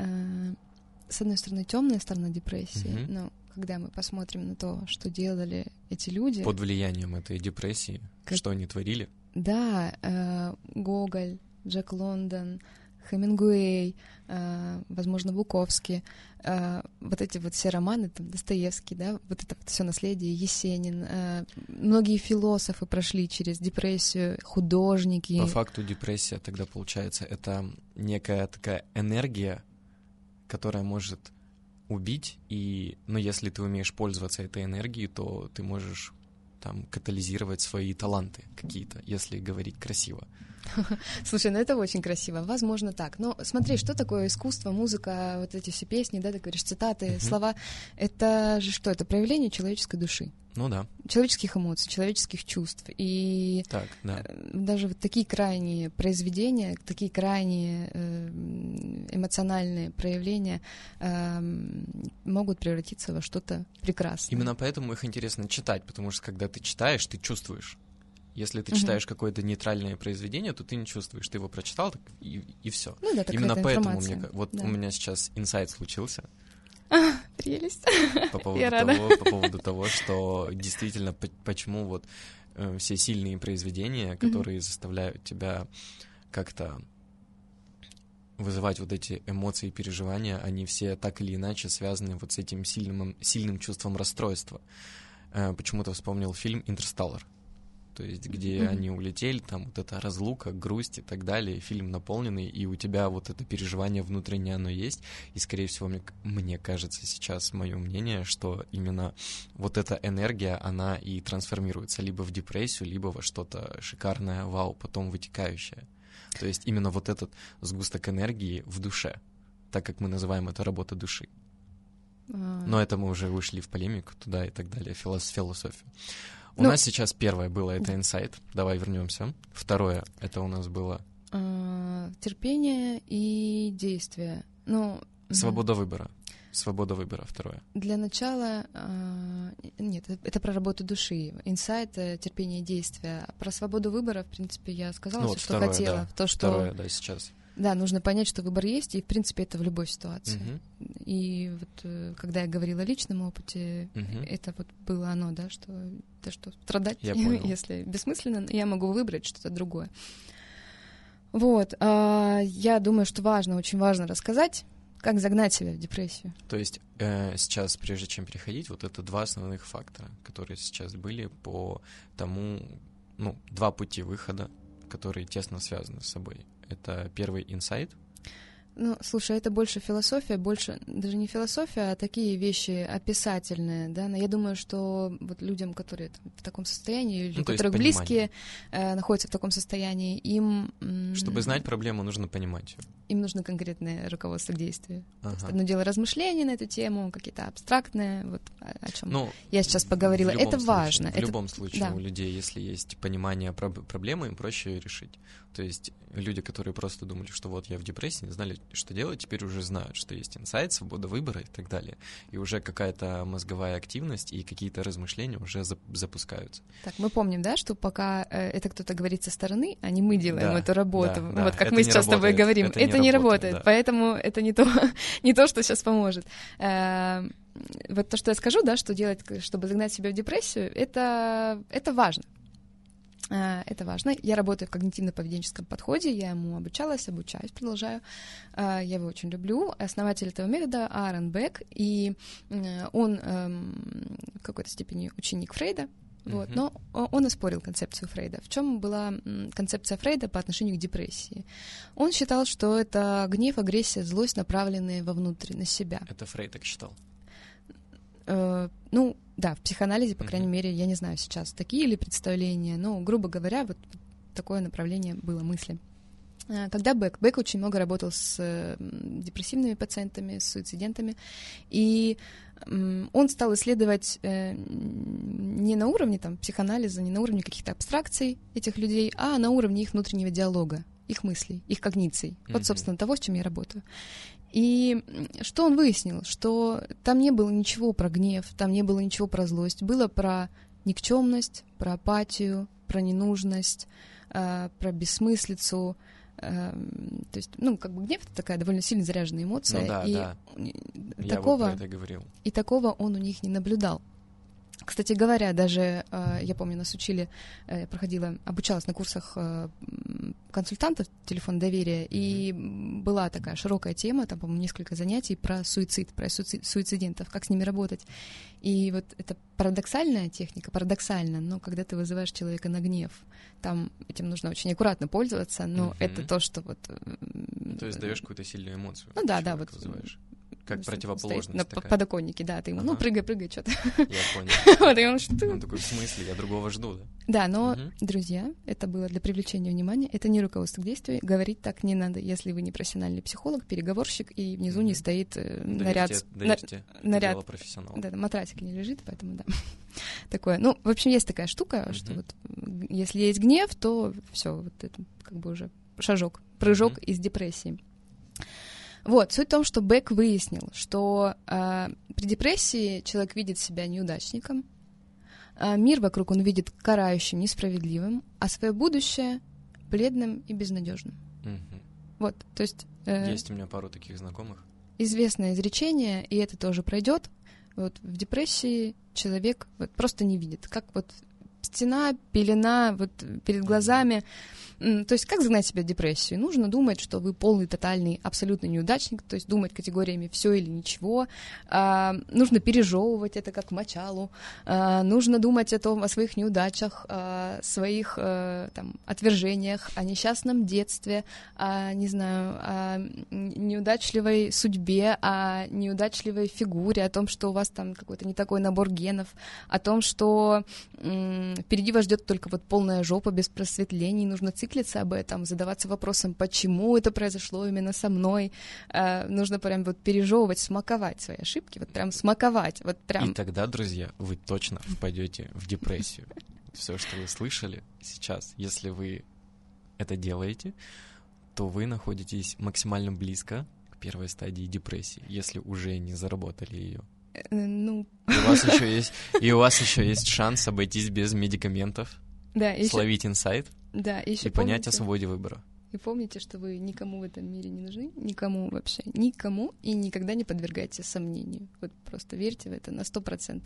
Speaker 2: с одной стороны, темная сторона депрессии, но когда мы посмотрим на то, что делали эти люди...
Speaker 1: Под влиянием этой депрессии, что они творили.
Speaker 2: Да, Гоголь, Джек Лондон, Хемингуэй, возможно, Буковский, вот эти вот все романы, там, Достоевский, да, вот это вот все наследие, Есенин, многие философы прошли через депрессию, художники.
Speaker 1: По факту депрессия тогда, получается, это некая такая энергия, которая может убить, но если ты умеешь пользоваться этой энергией, то ты можешь там катализировать свои таланты какие-то, если говорить красиво.
Speaker 2: Слушай, ну это очень красиво. Возможно, так. Но смотри, что такое искусство, музыка, вот эти все песни, да, ты говоришь, цитаты, слова. Это же что? Это проявление человеческой души.
Speaker 1: Ну да.
Speaker 2: Человеческих эмоций, человеческих чувств. И
Speaker 1: так, да.
Speaker 2: Даже вот такие крайние произведения, такие крайние эмоциональные проявления могут превратиться во что-то прекрасное.
Speaker 1: Именно поэтому их интересно читать, потому что когда ты читаешь, ты чувствуешь. Если ты читаешь какое-то нейтральное произведение, то ты не чувствуешь. Ты его прочитал, так, и все.
Speaker 2: Ну, да,
Speaker 1: именно поэтому
Speaker 2: да.
Speaker 1: У меня сейчас инсайт случился.
Speaker 2: Прелесть.
Speaker 1: По поводу того, что действительно, почему вот все сильные произведения, которые заставляют тебя как-то вызывать вот эти эмоции и переживания, они все так или иначе связаны вот с этим сильным чувством расстройства. Почему-то вспомнил фильм «Интерстеллар». То есть, где они улетели, там вот эта разлука, грусть и так далее, фильм наполненный, и у тебя вот это переживание внутреннее, оно есть, и, скорее всего, мне кажется сейчас, мое мнение, что именно вот эта энергия, она и трансформируется либо в депрессию, либо во что-то шикарное, вау, потом вытекающее. То есть именно вот этот сгусток энергии в душе, так как мы называем это работа души. Но это мы уже вышли в полемику туда и так далее, философию. У нас сейчас первое было это инсайт. Давай вернемся. Второе это у нас было
Speaker 2: терпение и действие.
Speaker 1: Свобода выбора. Свобода выбора, второе.
Speaker 2: Для начала нет, это про работу души. Инсайт, терпение и действие. Про свободу выбора, в принципе, я сказала, что
Speaker 1: второе,
Speaker 2: хотела.
Speaker 1: Да.
Speaker 2: То, что...
Speaker 1: Второе, да, сейчас.
Speaker 2: Да, нужно понять, что выбор есть, и, в принципе, это в любой ситуации. И вот когда я говорила о личном опыте, это вот было оно, да, что страдать, если бессмысленно, я могу выбрать что-то другое. Вот, я думаю, что очень важно рассказать, как загнать себя в депрессию.
Speaker 1: То есть сейчас, прежде чем переходить, вот это два основных фактора, которые сейчас были по тому, два пути выхода, которые тесно связаны с собой. Это первый инсайт.
Speaker 2: Ну, слушай, это больше философия, больше даже не философия, а такие вещи описательные, да. Но я думаю, что вот людям, которые там в таком состоянии, или у которых близкие находятся в таком состоянии, им...
Speaker 1: Чтобы знать проблему, нужно понимать ее.
Speaker 2: Им нужно конкретное руководство к действию. То есть одно дело размышления на эту тему, какие-то абстрактные, вот о чем я сейчас поговорила. Это важно.
Speaker 1: В любом случае у людей, если есть понимание проблемы, им проще ее решить. То есть люди, которые просто думали, что вот я в депрессии, не знали, что делать, теперь уже знают, что есть инсайт, свобода выбора и так далее. И уже какая-то мозговая активность и какие-то размышления уже запускаются.
Speaker 2: Так, мы помним, да, что пока это кто-то говорит со стороны, а не мы делаем эту работу.
Speaker 1: Да,
Speaker 2: вот как мы сейчас с тобой говорим. Это не работает,
Speaker 1: да.
Speaker 2: Поэтому это не то, что сейчас поможет. Вот то, что я скажу, да, что делать, чтобы загнать себя в депрессию, это важно. Это важно. Я работаю в когнитивно-поведенческом подходе, я ему обучаюсь, продолжаю. Я его очень люблю. Основатель этого метода Аарон Бек, и он в какой-то степени ученик Фрейда, вот, но он оспорил концепцию Фрейда. В чем была концепция Фрейда по отношению к депрессии? Он считал, что это гнев, агрессия, злость, направленные вовнутрь, на себя.
Speaker 1: Это Фрейд так считал?
Speaker 2: Ну, да, в психоанализе, по крайней мере, я не знаю сейчас, такие ли представления, но, грубо говоря, вот такое направление было мысли. Когда Бек очень много работал с депрессивными пациентами, с суицидентами, и он стал исследовать не на уровне там, психоанализа, не на уровне каких-то абстракций этих людей, а на уровне их внутреннего диалога, их мыслей, их когниций. Вот, собственно, того, с чем я работаю. И что он выяснил? Что там не было ничего про гнев, там не было ничего про злость. Было про никчемность, про апатию, про ненужность, про бессмыслицу. То есть, ну, как бы гнев — это такая довольно сильно заряженная эмоция.
Speaker 1: Ну да,
Speaker 2: и
Speaker 1: да.
Speaker 2: Такого,
Speaker 1: я вот про это говорил.
Speaker 2: И такого он у них не наблюдал. Кстати говоря, даже, я помню, нас учили, обучалась на курсах консультантов телефон доверия, и была такая широкая тема, там, по-моему, несколько занятий про суицид, про суицидентов, как с ними работать. И вот это парадоксальная техника, но когда ты вызываешь человека на гнев, там этим нужно очень аккуратно пользоваться, но это то, что вот...
Speaker 1: То есть даешь какую-то сильную эмоцию.
Speaker 2: Ну да, вот...
Speaker 1: Вызываешь. Как противоположность
Speaker 2: на
Speaker 1: такая.
Speaker 2: подоконнике, да, ты ему, ну, прыгай, что-то.
Speaker 1: Я понял.
Speaker 2: Вот, и он что?
Speaker 1: Он такой, в смысле? Я другого жду, да?
Speaker 2: Да, но, друзья, это было для привлечения внимания, это не руководство к действию, говорить так не надо, если вы не профессиональный психолог, переговорщик, и внизу не стоит наряд...
Speaker 1: Дело профессионала.
Speaker 2: Да, матрасик не лежит, поэтому, да. Такое. Ну, в общем, есть такая штука, что вот если есть гнев, то все, вот это как бы уже прыжок из депрессии. Вот, суть в том, что Бек выяснил, что при депрессии человек видит себя неудачником, мир вокруг он видит карающим, несправедливым, а свое будущее бледным и безнадежным. Вот, то есть...
Speaker 1: Есть у меня пару таких знакомых.
Speaker 2: Известное изречение, и это тоже пройдет. Вот в депрессии человек вот просто не видит, как вот стена, пелена вот перед глазами. То есть как загнать себя в депрессию? Нужно думать, что вы полный, тотальный, абсолютно неудачник, то есть думать категориями «все» или «ничего». Нужно пережевывать это как мочалу. Нужно думать о своих неудачах, о своих там, отвержениях, о несчастном детстве, о неудачливой судьбе, о неудачливой фигуре, о том, что у вас там какой-то не такой набор генов, о том, что впереди вас ждет только вот полная жопа без просветлений, нужно циклиться об этом, задаваться вопросом, почему это произошло именно со мной. Нужно прям вот пережевывать, смаковать свои ошибки, вот прям смаковать. Вот прям...
Speaker 1: И тогда, друзья, вы точно впадете в депрессию. Все, что вы слышали сейчас, если вы это делаете, то вы находитесь максимально близко к первой стадии депрессии, если уже не заработали ее.
Speaker 2: Ну...
Speaker 1: И у вас еще есть шанс обойтись без медикаментов,
Speaker 2: да,
Speaker 1: словить инсайт,
Speaker 2: да, и
Speaker 1: понять о свободе выбора.
Speaker 2: И помните, что вы никому в этом мире не нужны, никому вообще, никому, и никогда не подвергайте сомнению. Вот просто верьте в это на 100%.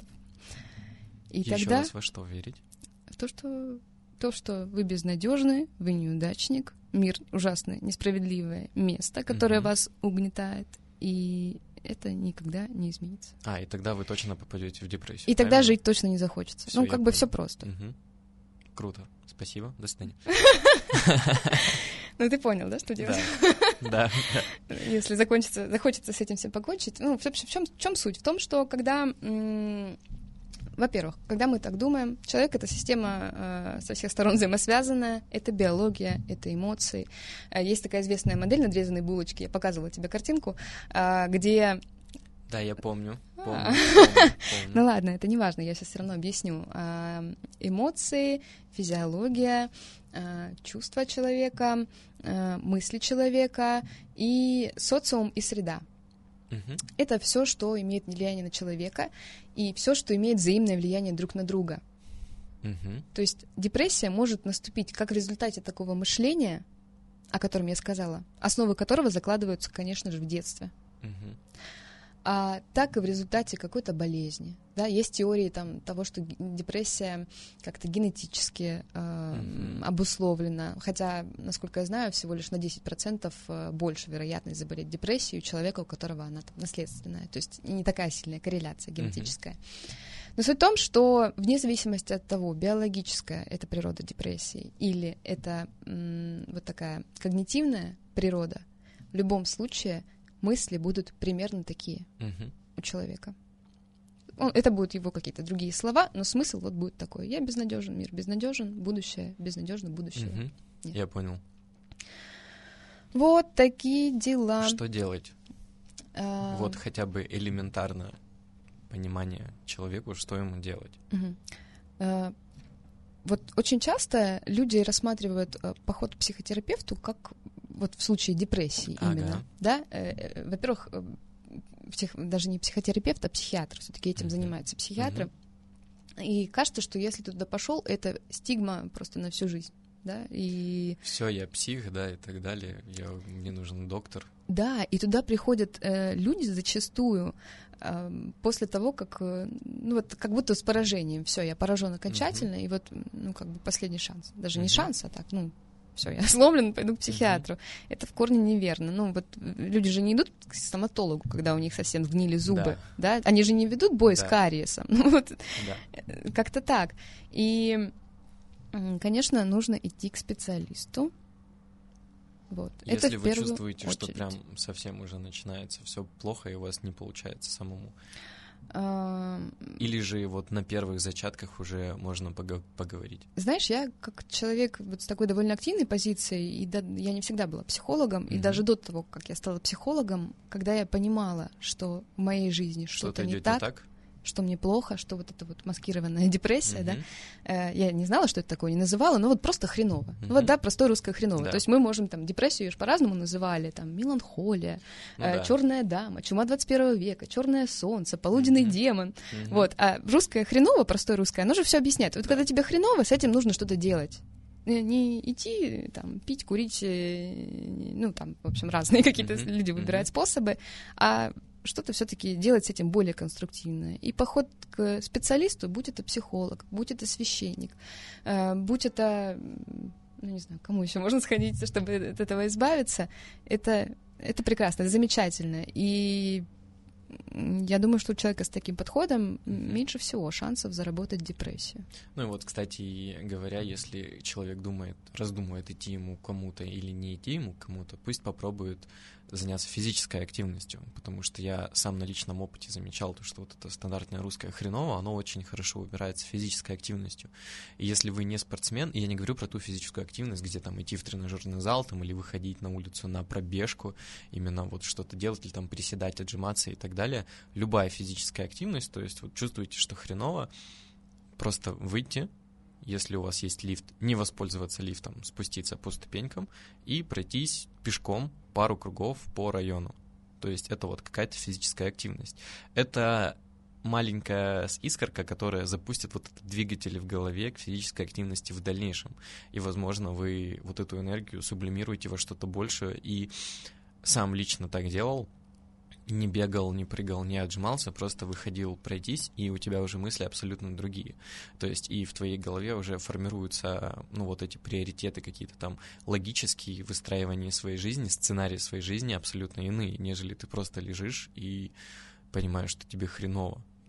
Speaker 2: И
Speaker 1: еще
Speaker 2: тогда...
Speaker 1: раз во что верить?
Speaker 2: В то, что вы безнадежны, вы неудачник, мир ужасное, несправедливое место, которое вас угнетает, и это никогда не изменится.
Speaker 1: И тогда вы точно попадете в депрессию.
Speaker 2: И тогда жить точно не захочется.
Speaker 1: Всё,
Speaker 2: как бы все просто.
Speaker 1: Круто. Спасибо. До свидания.
Speaker 2: Ну, ты понял, да, что делать?
Speaker 1: Да.
Speaker 2: Если захочется с этим всем покончить. Ну, в чем суть? В том, что когда... Во-первых, когда мы так думаем, человек — это система со всех сторон взаимосвязанная, это биология, это эмоции. Есть такая известная модель надрезанной булочки, я показывала тебе картинку, где...
Speaker 1: Да, я помню.
Speaker 2: Ну ладно, это не важно, я сейчас все равно объясню. Эмоции, физиология, чувства человека, мысли человека и социум и среда. Это все, что имеет влияние на человека, и все, что имеет взаимное влияние друг на друга. То есть депрессия может наступить как в результате такого мышления, о котором я сказала, основы которого закладываются, конечно же, в детстве, так и в результате какой-то болезни. Да? Есть теории там, того, что депрессия как-то генетически обусловлена, хотя, насколько я знаю, всего лишь на 10% больше вероятность заболеть депрессией у человека, у которого она там наследственная. То есть не такая сильная корреляция генетическая. Но суть в том, что вне зависимости от того, биологическая это природа депрессии или это вот такая когнитивная природа, в любом случае мысли будут примерно такие у человека. Это будут его какие-то другие слова, но смысл вот будет такой. Я безнадежен, мир безнадежен, будущее безнадежно, будущего нет.
Speaker 1: Я понял.
Speaker 2: Вот такие дела.
Speaker 1: Что делать? Вот хотя бы элементарно понимание человеку, что ему делать.
Speaker 2: Вот очень часто люди рассматривают поход к психотерапевту как вот в случае депрессии именно, да? Во-первых, даже не психотерапевт, а психиатр. Все-таки этим занимаются психиатры. И кажется, что если ты туда пошел, это стигма просто на всю жизнь, да? И
Speaker 1: все, я псих, да, и так далее. Мне нужен доктор.
Speaker 2: Да, и туда приходят люди зачастую после того, как, ну вот, как будто с поражением. Все, я поражен окончательно, и вот, ну как бы последний шанс. Даже не шанс, а так, ну. Все, я сломлен, пойду к психиатру. Это в корне неверно. Ну, вот люди же не идут к стоматологу, когда у них совсем сгнили зубы, да? Они же не ведут бой с кариесом. Ну, вот как-то так. И, конечно, нужно идти к специалисту. Вот.
Speaker 1: Если
Speaker 2: это
Speaker 1: вы чувствуете, что прям совсем уже начинается все плохо, и у вас не получается самому. Или же вот на первых зачатках уже можно поговорить?
Speaker 2: Знаешь, я как человек вот с такой довольно активной позицией, и я не всегда была психологом, и даже до того, как я стала психологом, когда я понимала, что в моей жизни что-то не так, что мне плохо, что вот это вот маскированная депрессия, да, я не знала, что это такое, не называла, но вот просто хреново. Ну вот, да, простое русское хреново. То есть мы можем там депрессию ее ж по-разному называли, там меланхолия, черная дама, чума 21 века, черное солнце, полуденный демон. Вот, а русское хреново, простое русское, оно же все объясняет. Вот когда тебе хреново, с этим нужно что-то делать. Не идти, там, пить, курить, ну, там, в общем, разные какие-то люди выбирают способы, а что-то все-таки делать с этим более конструктивное. И поход к специалисту, будь это психолог, будь это священник, будь это, ну, не знаю, кому еще можно сходить, чтобы от этого избавиться, это прекрасно, это замечательно. И я думаю, что у человека с таким подходом меньше всего шансов заработать депрессию.
Speaker 1: Ну и вот, кстати говоря, если человек раздумывает, идти ему к кому-то или не идти ему к кому-то, пусть попробует заняться физической активностью, потому что я сам на личном опыте замечал, что вот это стандартное русское хреново, оно очень хорошо выбирается физической активностью. И если вы не спортсмен, и я не говорю про ту физическую активность, где там идти в тренажерный зал там, или выходить на улицу на пробежку, именно вот что-то делать, или там приседать, отжиматься и так далее, любая физическая активность, то есть вот чувствуете, что хреново, просто выйти, если у вас есть лифт, не воспользоваться лифтом, спуститься по ступенькам и пройтись пешком пару кругов по району. То есть это вот какая-то физическая активность. Это маленькая искорка, которая запустит вот этот двигатель в голове к физической активности в дальнейшем. И, возможно, вы вот эту энергию сублимируете во что-то большее. И сам лично так делал. Не бегал, не прыгал, не отжимался, просто выходил пройтись, и у тебя уже мысли абсолютно другие. То есть и в твоей голове уже формируются, ну, вот эти приоритеты какие-то там логические, выстраивания своей жизни, сценарии своей жизни абсолютно иные, нежели ты просто лежишь и понимаешь, что тебе хреново.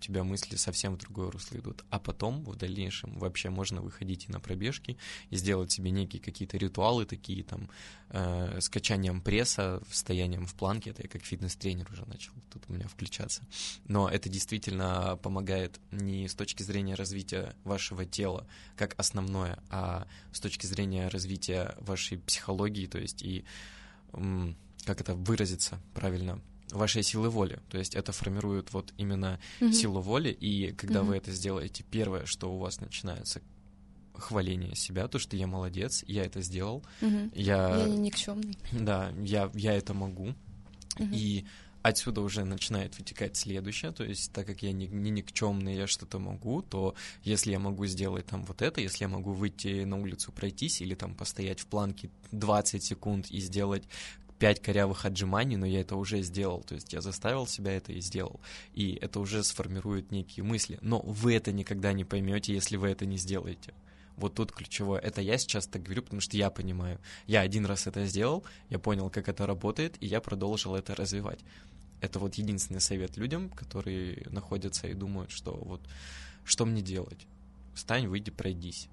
Speaker 1: тебя мысли совсем в другое русло идут. А потом, в дальнейшем, вообще можно выходить и на пробежки, и сделать себе некие какие-то ритуалы такие, там, с качанием пресса, стоянием в планке. Это я как фитнес-тренер уже начал тут у меня включаться. Но это действительно помогает не с точки зрения развития вашего тела как основное, а с точки зрения развития вашей психологии, то есть и, как это выразиться правильно, вашей силы воли. То есть это формирует вот именно силу воли, и когда вы это сделаете, первое, что у вас начинается хваление себя, то, что я молодец, я это сделал.
Speaker 2: Я не никчемный.
Speaker 1: Да, я это могу. И отсюда уже начинает вытекать следующее, то есть так как я не никчемный, я что-то могу, то если я могу сделать там вот это, если я могу выйти на улицу пройтись или там постоять в планке 20 секунд и сделать 5 корявых отжиманий, но я это уже сделал, то есть я заставил себя это и сделал, и это уже сформирует некие мысли, но вы это никогда не поймете, если вы это не сделаете. Вот тут ключевое. Это я сейчас так говорю, потому что я понимаю. Я один раз это сделал, я понял, как это работает, и я продолжил это развивать. Это вот единственный совет людям, которые находятся и думают, что вот что мне делать? Встань, выйди, пройдись.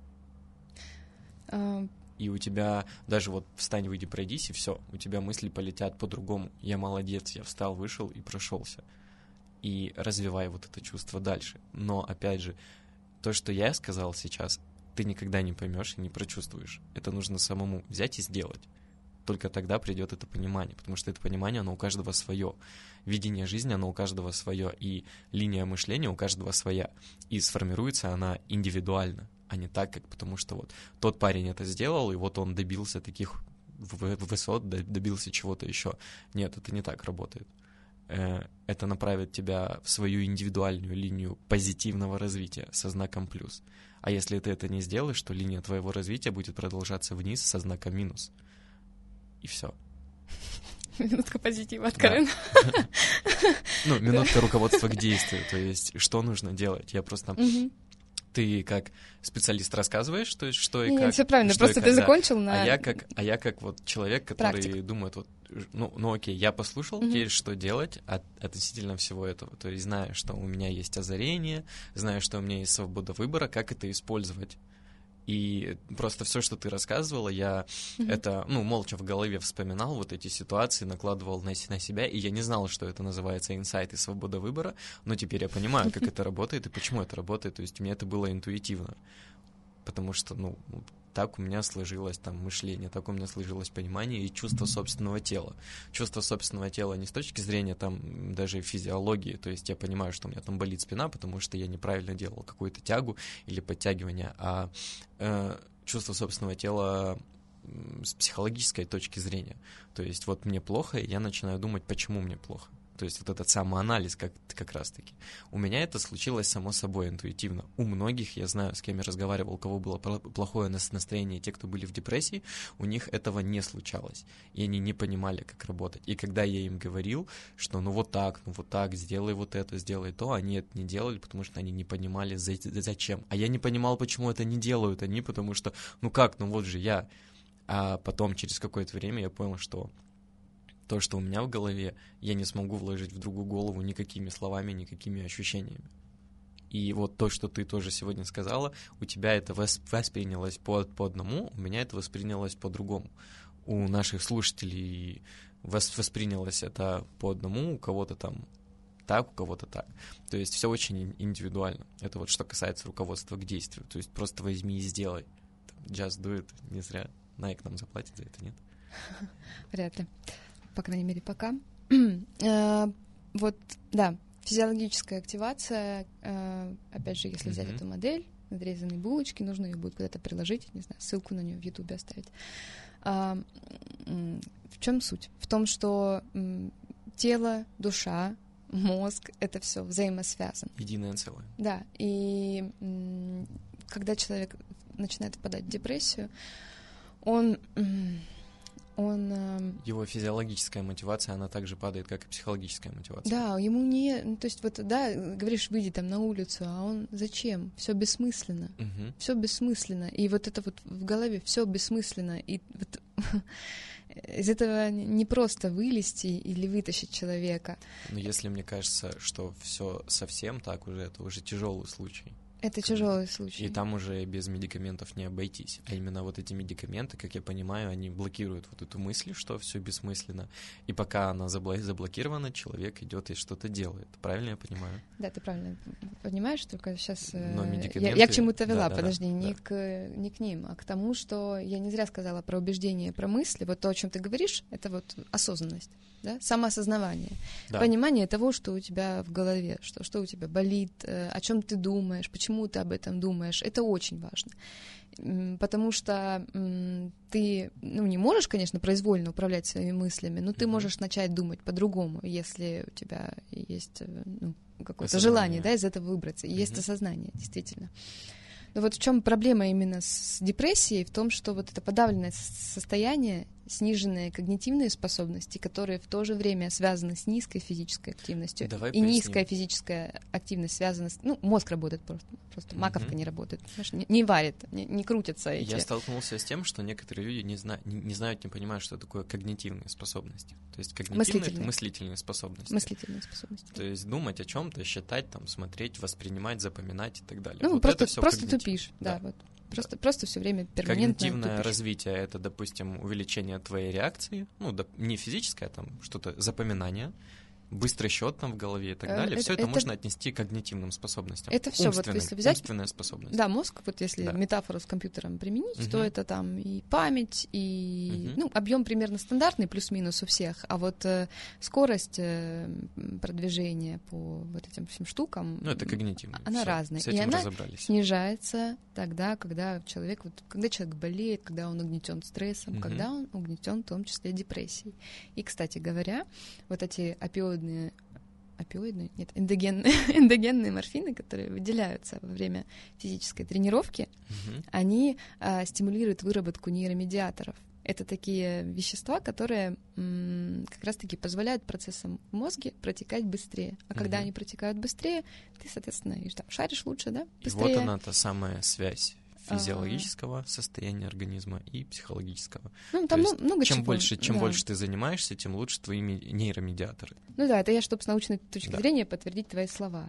Speaker 1: И у тебя даже вот встань, выйди, пройдись, и все. У тебя мысли полетят по-другому. Я молодец, я встал, вышел и прошелся. И развивай вот это чувство дальше. Но, опять же, то, что я сказал сейчас, ты никогда не поймешь и не прочувствуешь. Это нужно самому взять и сделать. Только тогда придет это понимание, потому что это понимание, оно у каждого свое. Видение жизни, оно у каждого свое, и линия мышления у каждого своя. И сформируется она индивидуально, а не так, как потому что вот тот парень это сделал, и вот он добился таких высот, добился чего-то еще. Нет, это не так работает. Это направит тебя в свою индивидуальную линию позитивного развития со знаком плюс. А если ты это не сделаешь, то линия твоего развития будет продолжаться вниз со знаком минус. И все.
Speaker 2: Минутка позитива от Карен.
Speaker 1: Ну, минутка руководства к действию. То есть, что нужно делать? Я просто... Ты как специалист рассказываешь, то есть что и как.
Speaker 2: Нет, все правильно, просто ты закончил на...
Speaker 1: А я как вот человек, который думает, вот, ну окей, я послушал, теперь что делать относительно всего этого. То есть знаю, что у меня есть озарение, знаю, что у меня есть свобода выбора, как это использовать. И просто все, что ты рассказывала, я это, молча в голове вспоминал, вот эти ситуации, накладывал на себя, и я не знал, что это называется инсайт и свобода выбора, но теперь я понимаю, как это работает и почему это работает, то есть у меня это было интуитивно, потому что, так у меня сложилось там мышление, так у меня сложилось понимание и чувство собственного тела. Чувство собственного тела не с точки зрения там даже физиологии, то есть я понимаю, что у меня там болит спина, потому что я неправильно делал какую-то тягу или подтягивание, а чувство собственного тела с психологической точки зрения. То есть вот мне плохо, и я начинаю думать, почему мне плохо. То есть вот этот самоанализ как раз-таки. У меня это случилось само собой интуитивно. У многих, я знаю, с кем я разговаривал, у кого было плохое настроение, те, кто были в депрессии, у них этого не случалось. И они не понимали, как работать. И когда я им говорил, что вот так, сделай вот это, сделай то, они это не делали, потому что они не понимали, зачем. А я не понимал, почему это не делают они, потому что, вот же я. А потом, через какое-то время, я понял, что то, что у меня в голове, я не смогу вложить в другую голову никакими словами, никакими ощущениями. И вот то, что ты тоже сегодня сказала, у тебя это воспринялось по одному, у меня это воспринялось по-другому. У наших слушателей воспринялось это по одному, у кого-то там так, у кого-то так. То есть все очень индивидуально. Это вот что касается руководства к действию. То есть просто возьми и сделай. Just do it. Не зря Nike нам заплатит за это, нет?
Speaker 2: Вряд ли. По крайней мере, пока. Вот, да, физиологическая активация, опять же, если взять эту модель, надрезанные булочки, нужно ее будет куда-то приложить, не знаю, ссылку на нее в Ютубе оставить. В чем суть? В том, что тело, душа, мозг — это все взаимосвязано.
Speaker 1: Единое целое.
Speaker 2: Да, и когда человек начинает впадать в депрессию,
Speaker 1: его физиологическая мотивация, она также падает, как и психологическая мотивация.
Speaker 2: Да, ему то есть вот, да, говоришь, выйди там на улицу, а он зачем? Все бессмысленно. Все бессмысленно. И вот это вот в голове все бессмысленно. И вот из этого не просто вылезти или вытащить человека.
Speaker 1: Но если мне кажется, что все совсем так уже, это уже тяжелый случай.
Speaker 2: Это тяжелый случай.
Speaker 1: И там уже без медикаментов не обойтись. А именно вот эти медикаменты, как я понимаю, они блокируют вот эту мысль, что все бессмысленно. И пока она заблокирована, человек идет и что-то делает. Правильно я понимаю?
Speaker 2: Да, ты правильно понимаешь, только сейчас
Speaker 1: медикаменты...
Speaker 2: я к чему-то вела,
Speaker 1: да,
Speaker 2: подожди,
Speaker 1: да,
Speaker 2: не к ним, а к тому, что я не зря сказала про убеждения, про мысли. Вот то, о чем ты говоришь, это вот осознанность. Да? Самоосознавание, понимание того, что у тебя в голове, что у тебя болит, о чем ты думаешь, почему ты об этом думаешь, это очень важно. Потому что ты, не можешь, конечно, произвольно управлять своими мыслями, но ты можешь начать думать по-другому, если у тебя есть какое-то желание, да, из этого выбраться, и есть осознание, действительно. Но вот в чем проблема именно с депрессией, в том, что вот это подавленное состояние, сниженные когнитивные способности, которые в то же время связаны с низкой физической активностью.
Speaker 1: Давай
Speaker 2: и
Speaker 1: поясним.
Speaker 2: Низкая физическая активность связана с... мозг работает просто маковка не работает, не варит, не крутятся эти...
Speaker 1: Я столкнулся с тем, что некоторые люди не знают, не понимают, что такое когнитивные способности. То есть когнитивные — это мыслительные способности.
Speaker 2: Мыслительные способности.
Speaker 1: То есть думать о чем-то, считать, там, смотреть, воспринимать, запоминать и так далее.
Speaker 2: Вот
Speaker 1: просто
Speaker 2: это всё тупишь, да, вот. Просто все время перманентно
Speaker 1: когнитивное
Speaker 2: тупишь.
Speaker 1: развитие — это, допустим, увеличение твоей реакции, не физическое, там, что-то, запоминание, быстрый счет там в голове и так далее. Все это можно отнести к когнитивным способностям.
Speaker 2: Это все вот если взять...
Speaker 1: Умственная способность.
Speaker 2: Да, мозг, вот если метафору с компьютером применить, то это там и память, и объем примерно стандартный, плюс-минус у всех, а вот скорость продвижения по вот этим всем штукам...
Speaker 1: это когнитивно.
Speaker 2: Она разная.
Speaker 1: С этим
Speaker 2: и она
Speaker 1: разобрались.
Speaker 2: Снижается тогда, когда человек болеет, когда он угнетен стрессом, когда он угнетен в том числе депрессией. И, кстати говоря, вот эти эндогенные морфины, которые выделяются во время физической тренировки, они стимулируют выработку нейромедиаторов. Это такие вещества, которые как раз-таки позволяют процессам в мозге протекать быстрее. А когда они протекают быстрее, ты, соответственно, шаришь лучше, да? Быстрее.
Speaker 1: И вот она, та самая связь физиологического состояния организма и психологического.
Speaker 2: Там много
Speaker 1: чем
Speaker 2: чего.
Speaker 1: больше ты занимаешься, тем лучше твои нейромедиаторы.
Speaker 2: Это я, чтобы с научной точки зрения подтвердить твои слова.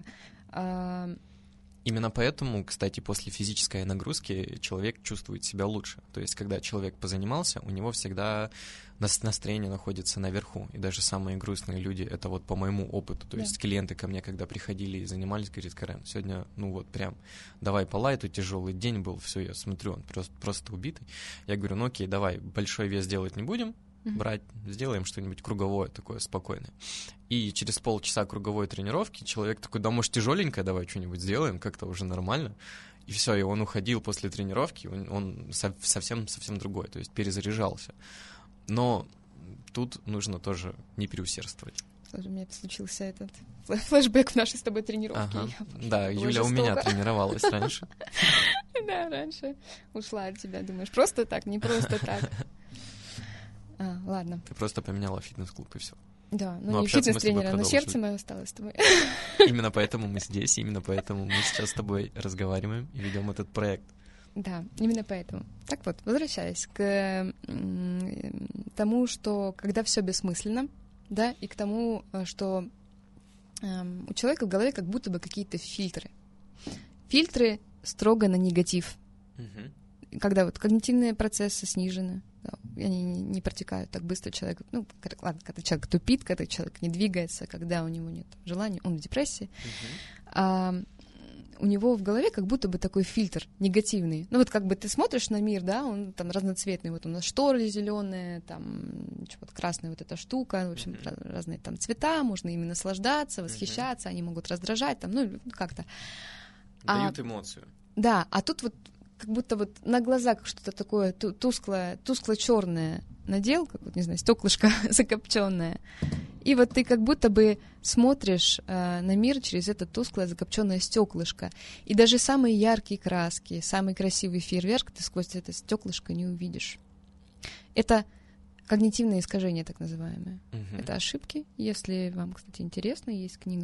Speaker 1: Именно поэтому, кстати, после физической нагрузки человек чувствует себя лучше. То есть, когда человек позанимался, у него всегда настроение находится наверху. И даже самые грустные люди, это вот по моему опыту. То есть клиенты ко мне, когда приходили и занимались, говорят: Карен, сегодня, прям, давай по лайту, тяжелый день был, все, я смотрю, он просто убитый. Я говорю: окей, давай, большой вес делать не будем, брать, сделаем что-нибудь круговое такое, спокойное. И через полчаса круговой тренировки человек такой: да, может, тяжеленькое, давай что-нибудь сделаем, как-то уже нормально. И все, и он уходил после тренировки, он совсем другой, то есть перезаряжался. Но тут нужно тоже не переусердствовать.
Speaker 2: У меня случился этот флешбэк в нашей с тобой тренировке.
Speaker 1: Ага. Да, Юля у меня тренировалась раньше.
Speaker 2: Да, раньше ушла от тебя, думаешь, просто так, не просто так. Ладно.
Speaker 1: Ты просто поменяла фитнес-клуб, и все.
Speaker 2: Да, не фитнес-тренера, но сердце мое осталось с тобой.
Speaker 1: Именно поэтому мы здесь, именно поэтому мы сейчас с тобой разговариваем и ведем этот проект.
Speaker 2: Да, именно поэтому. Так вот, возвращаясь к тому, что когда все бессмысленно, да, и к тому, что у человека в голове как будто бы какие-то фильтры. Фильтры строго на негатив. Когда вот когнитивные процессы снижены, да, они не протекают так быстро, человек, когда человек тупит, когда человек не двигается, когда у него нет желания, он в депрессии, у него в голове как будто бы такой фильтр негативный. Как бы ты смотришь на мир, да, он там разноцветный, вот у нас шторы зеленые, там красная вот эта штука, в общем, разные там цвета, можно ими наслаждаться, восхищаться, они могут раздражать, там, как-то.
Speaker 1: Дают эмоцию.
Speaker 2: Да, а тут вот как будто вот на глазах что-то такое тускло-черное надел, как вот, не знаю, стеклышко закопченное. И вот ты как будто бы смотришь на мир через это тусклое закопченное стеклышко. И даже самые яркие краски, самый красивый фейерверк ты сквозь это стеклышко не увидишь. Это когнитивное искажение, так называемое. Это ошибки. Если вам, кстати, интересно, есть книга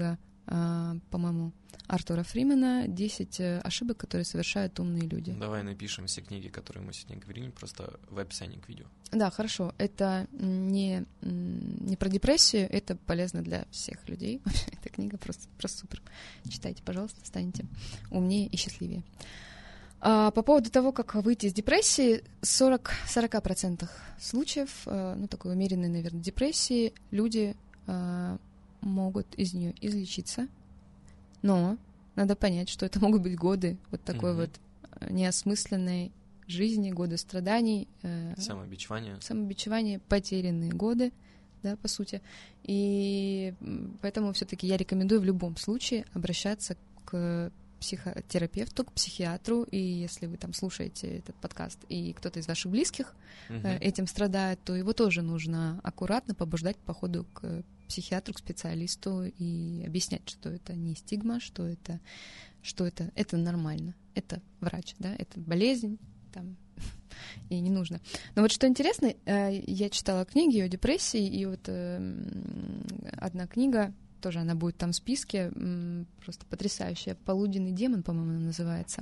Speaker 2: по-моему, Артура Фримена «10 ошибок, которые совершают умные люди».
Speaker 1: Давай напишем все книги, которые мы сегодня говорили, просто в описании к видео.
Speaker 2: Да, хорошо. Это не про депрессию, это полезно для всех людей. Эта книга просто супер. Читайте, пожалуйста, станете умнее и счастливее. По поводу того, как выйти из депрессии, 40% случаев, такой умеренной, наверное, депрессии, люди могут из нее излечиться, но надо понять, что это могут быть годы вот такой вот неосмысленной жизни, годы страданий, самобичевания, потерянные годы, да, по сути. И поэтому все-таки я рекомендую в любом случае обращаться к психотерапевту, к психиатру, и если вы там слушаете этот подкаст, и кто-то из ваших близких этим страдает, то его тоже нужно аккуратно побуждать по ходу к психиатру, к специалисту и объяснять, что это не стигма, что это нормально, это врач, да, это болезнь, там, и не нужно. Но вот что интересно, я читала книги о депрессии, и вот одна книга, тоже она будет там в списке, просто потрясающая. «Полуденный демон», по-моему, она называется.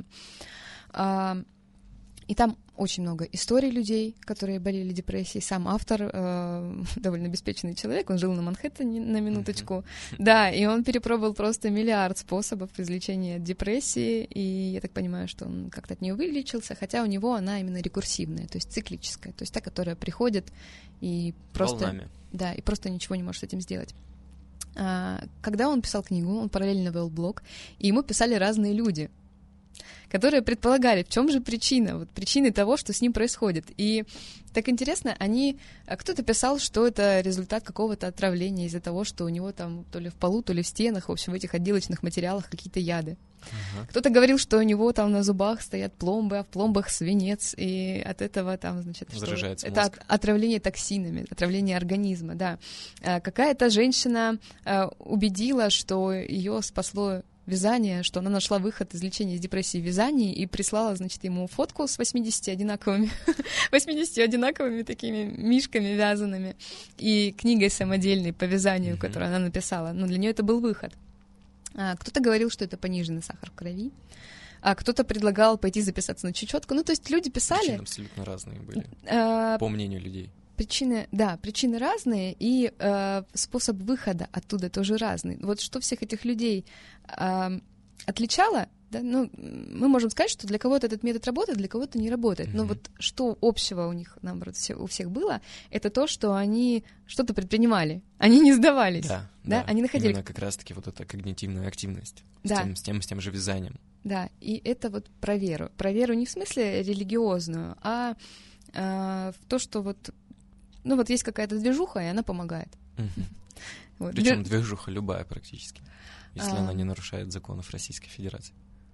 Speaker 2: И там очень много историй людей, которые болели депрессией. Сам автор довольно обеспеченный человек, он жил на Манхэттене, на минуточку. Да, и он перепробовал просто миллиард способов излечения от депрессии, и я так понимаю, что он как-то от нее вылечился, хотя у него она именно рекурсивная, то есть циклическая, то есть та, которая приходит и просто...
Speaker 1: волнами.
Speaker 2: Да, и просто ничего не может с этим сделать. Когда он писал книгу, он параллельно вел блог, и ему писали разные люди, которые предполагали, в чем же причина, вот причины того, что с ним происходит. И так интересно, кто-то писал, что это результат какого-то отравления из-за того, что у него там то ли в полу, то ли в стенах, в общем, в этих отделочных материалах какие-то яды. Кто-то говорил, что у него там на зубах стоят пломбы, а в пломбах свинец, и от этого там, значит,
Speaker 1: заражается
Speaker 2: это
Speaker 1: мозг.
Speaker 2: Отравление токсинами, отравление организма, да. Какая-то женщина убедила, что ее спасло вязание, что она нашла выход из лечения из депрессии в вязании и прислала, значит, ему фотку с 80 одинаковыми такими мишками вязаными и книгой самодельной по вязанию, которую она написала. Ну, для нее это был выход. Кто-то говорил, что это пониженный сахар в крови, а кто-то предлагал пойти записаться на чечетку. Ну, то есть люди писали...
Speaker 1: Причины абсолютно разные были, по мнению людей.
Speaker 2: Причины разные, и способ выхода оттуда тоже разный. Вот что всех этих людей отличало, да, ну, мы можем сказать, что для кого-то этот метод работает, для кого-то не работает. Но вот что общего у них, наоборот, у всех было, это то, что они что-то предпринимали, они не сдавались. Да, они находили...
Speaker 1: Именно как раз-таки вот эта когнитивная активность с тем же вязанием.
Speaker 2: Да, и это вот про веру. Про веру не в смысле религиозную, а в то, что вот есть какая-то движуха, и она помогает. Вот.
Speaker 1: Причем движуха любая практически, если она не нарушает законов Российской Федерации.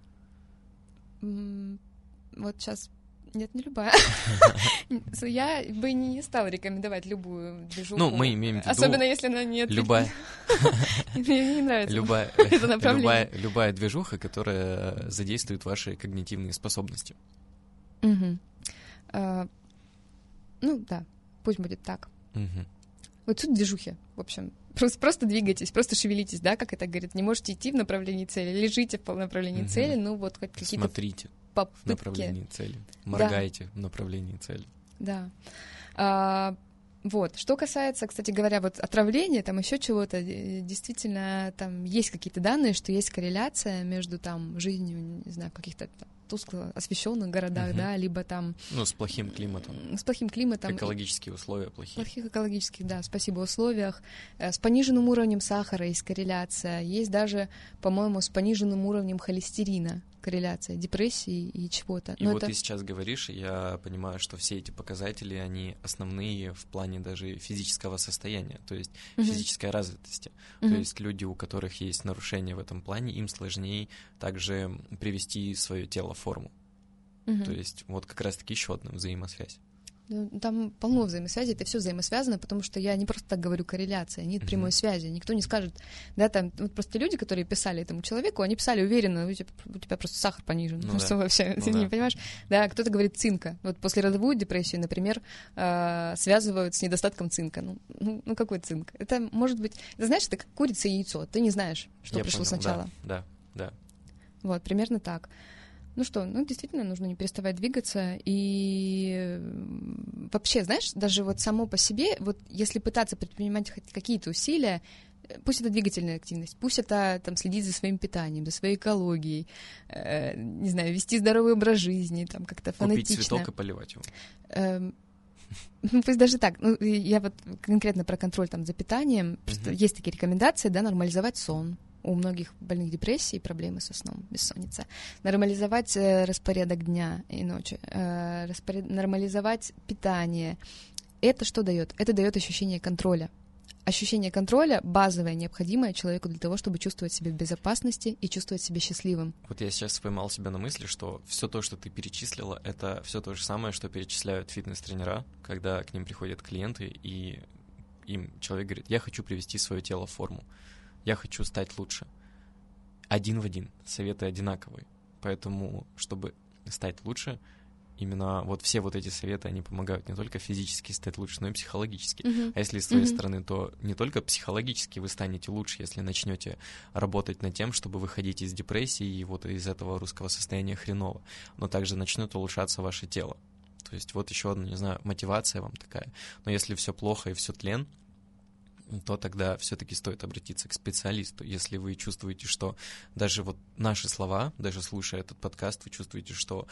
Speaker 2: Вот сейчас... Нет, не любая. Я бы не стала рекомендовать любую движуху.
Speaker 1: Ну, мы имеем в виду...
Speaker 2: Особенно, если она не...
Speaker 1: Любая...
Speaker 2: Мне не нравится это направление.
Speaker 1: Любая движуха, которая задействует ваши когнитивные способности.
Speaker 2: Ну, да. Пусть будет так. Вот суть движухи, в общем. Просто двигайтесь, просто шевелитесь, да, как это говорит. Не можете идти в направлении цели, лежите в направлении цели, ну вот хоть какие-то
Speaker 1: смотрите
Speaker 2: попытки.
Speaker 1: В направлении цели, моргайте в направлении цели.
Speaker 2: Да. Вот. Что касается, кстати говоря, вот отравления, там еще чего-то, действительно, там есть какие-то данные, что есть корреляция между там жизнью, не знаю, в каких-то там тускло освещенных городах, да, либо там...
Speaker 1: Ну, с плохим климатом.
Speaker 2: С плохим климатом.
Speaker 1: Экологические условия плохие.
Speaker 2: Плохих экологических, да, спасибо, условиях. С пониженным уровнем сахара есть корреляция. Есть даже, по-моему, с пониженным уровнем холестерина корреляция депрессии и чего-то.
Speaker 1: И вот ты сейчас говоришь, и я понимаю, что все эти показатели, они основные в плане даже физического состояния, то есть физической развитости. То есть люди, у которых есть нарушения в этом плане, им сложнее также привести свое тело в форму. То есть вот как раз-таки еще одна взаимосвязь.
Speaker 2: Там полно взаимосвязи, это все взаимосвязано, потому что я не просто так говорю корреляция, нет прямой связи. Никто не скажет, да, там, вот просто люди, которые писали этому человеку, они писали уверенно, у тебя просто сахар понижен, что вообще, ты не понимаешь? Да, кто-то говорит цинка. Вот после родовую депрессию, например, связывают с недостатком цинка. Ну какой цинк? Это может быть, ты знаешь, это как курица и яйцо, ты не знаешь, что пришло сначала.
Speaker 1: Да.
Speaker 2: Вот, примерно так. Ну что, действительно нужно не переставать двигаться, и вообще, знаешь, даже вот само по себе, вот если пытаться предпринимать хоть какие-то усилия, пусть это двигательная активность, пусть это там следить за своим питанием, за своей экологией, не знаю, вести здоровый образ жизни, там как-то фанатично.
Speaker 1: Купить цветок и поливать его.
Speaker 2: Пусть даже так. Я вот конкретно про контроль там за питанием, есть такие рекомендации, да, нормализовать сон. У многих больных депрессий проблемы со сном, бессонница. Нормализовать распорядок дня и ночи, нормализовать питание. Это что дает? Это дает ощущение контроля. Ощущение контроля базовое, необходимое человеку для того, чтобы чувствовать себя в безопасности и чувствовать себя счастливым.
Speaker 1: Вот я сейчас поймал себя на мысли, что все то, что ты перечислила, это все то же самое, что перечисляют фитнес-тренера, когда к ним приходят клиенты, и им человек говорит: я хочу привести свое тело в форму. Я хочу стать лучше. Один в один. Советы одинаковые. Поэтому, чтобы стать лучше, именно вот все вот эти советы, они помогают не только физически стать лучше, но и психологически. А если с твоей стороны, то не только психологически вы станете лучше, если начнете работать над тем, чтобы выходить из депрессии и вот из этого русского состояния хреново, но также начнет улучшаться ваше тело. То есть вот еще одна, не знаю, мотивация вам такая. Но если все плохо и все тлен, то тогда все-таки стоит обратиться к специалисту. Если вы чувствуете, что даже вот наши слова, даже слушая этот подкаст, вы чувствуете, что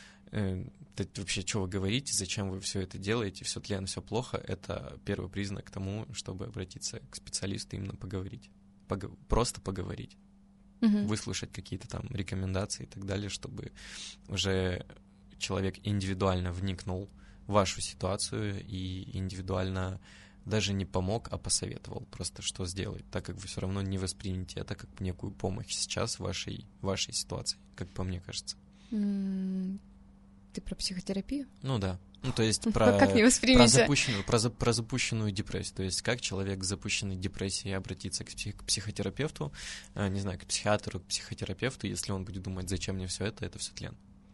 Speaker 1: вообще, что вы говорите, зачем вы все это делаете, все тлен, все плохо, это первый признак к тому, чтобы обратиться к специалисту, именно поговорить. Просто поговорить. Выслушать какие-то там рекомендации и так далее, чтобы уже человек индивидуально вникнул в вашу ситуацию и индивидуально даже не помог, а посоветовал просто, что сделать, так как вы все равно не воспримете это как некую помощь сейчас в вашей ситуации, как по мне кажется.
Speaker 2: Ты про психотерапию?
Speaker 1: Ну да. Ну, то есть про запущенную депрессию. То есть как человек с запущенной депрессией обратиться к психотерапевту, не знаю, к психиатру, к психотерапевту, если он будет думать, зачем мне все это все тлен.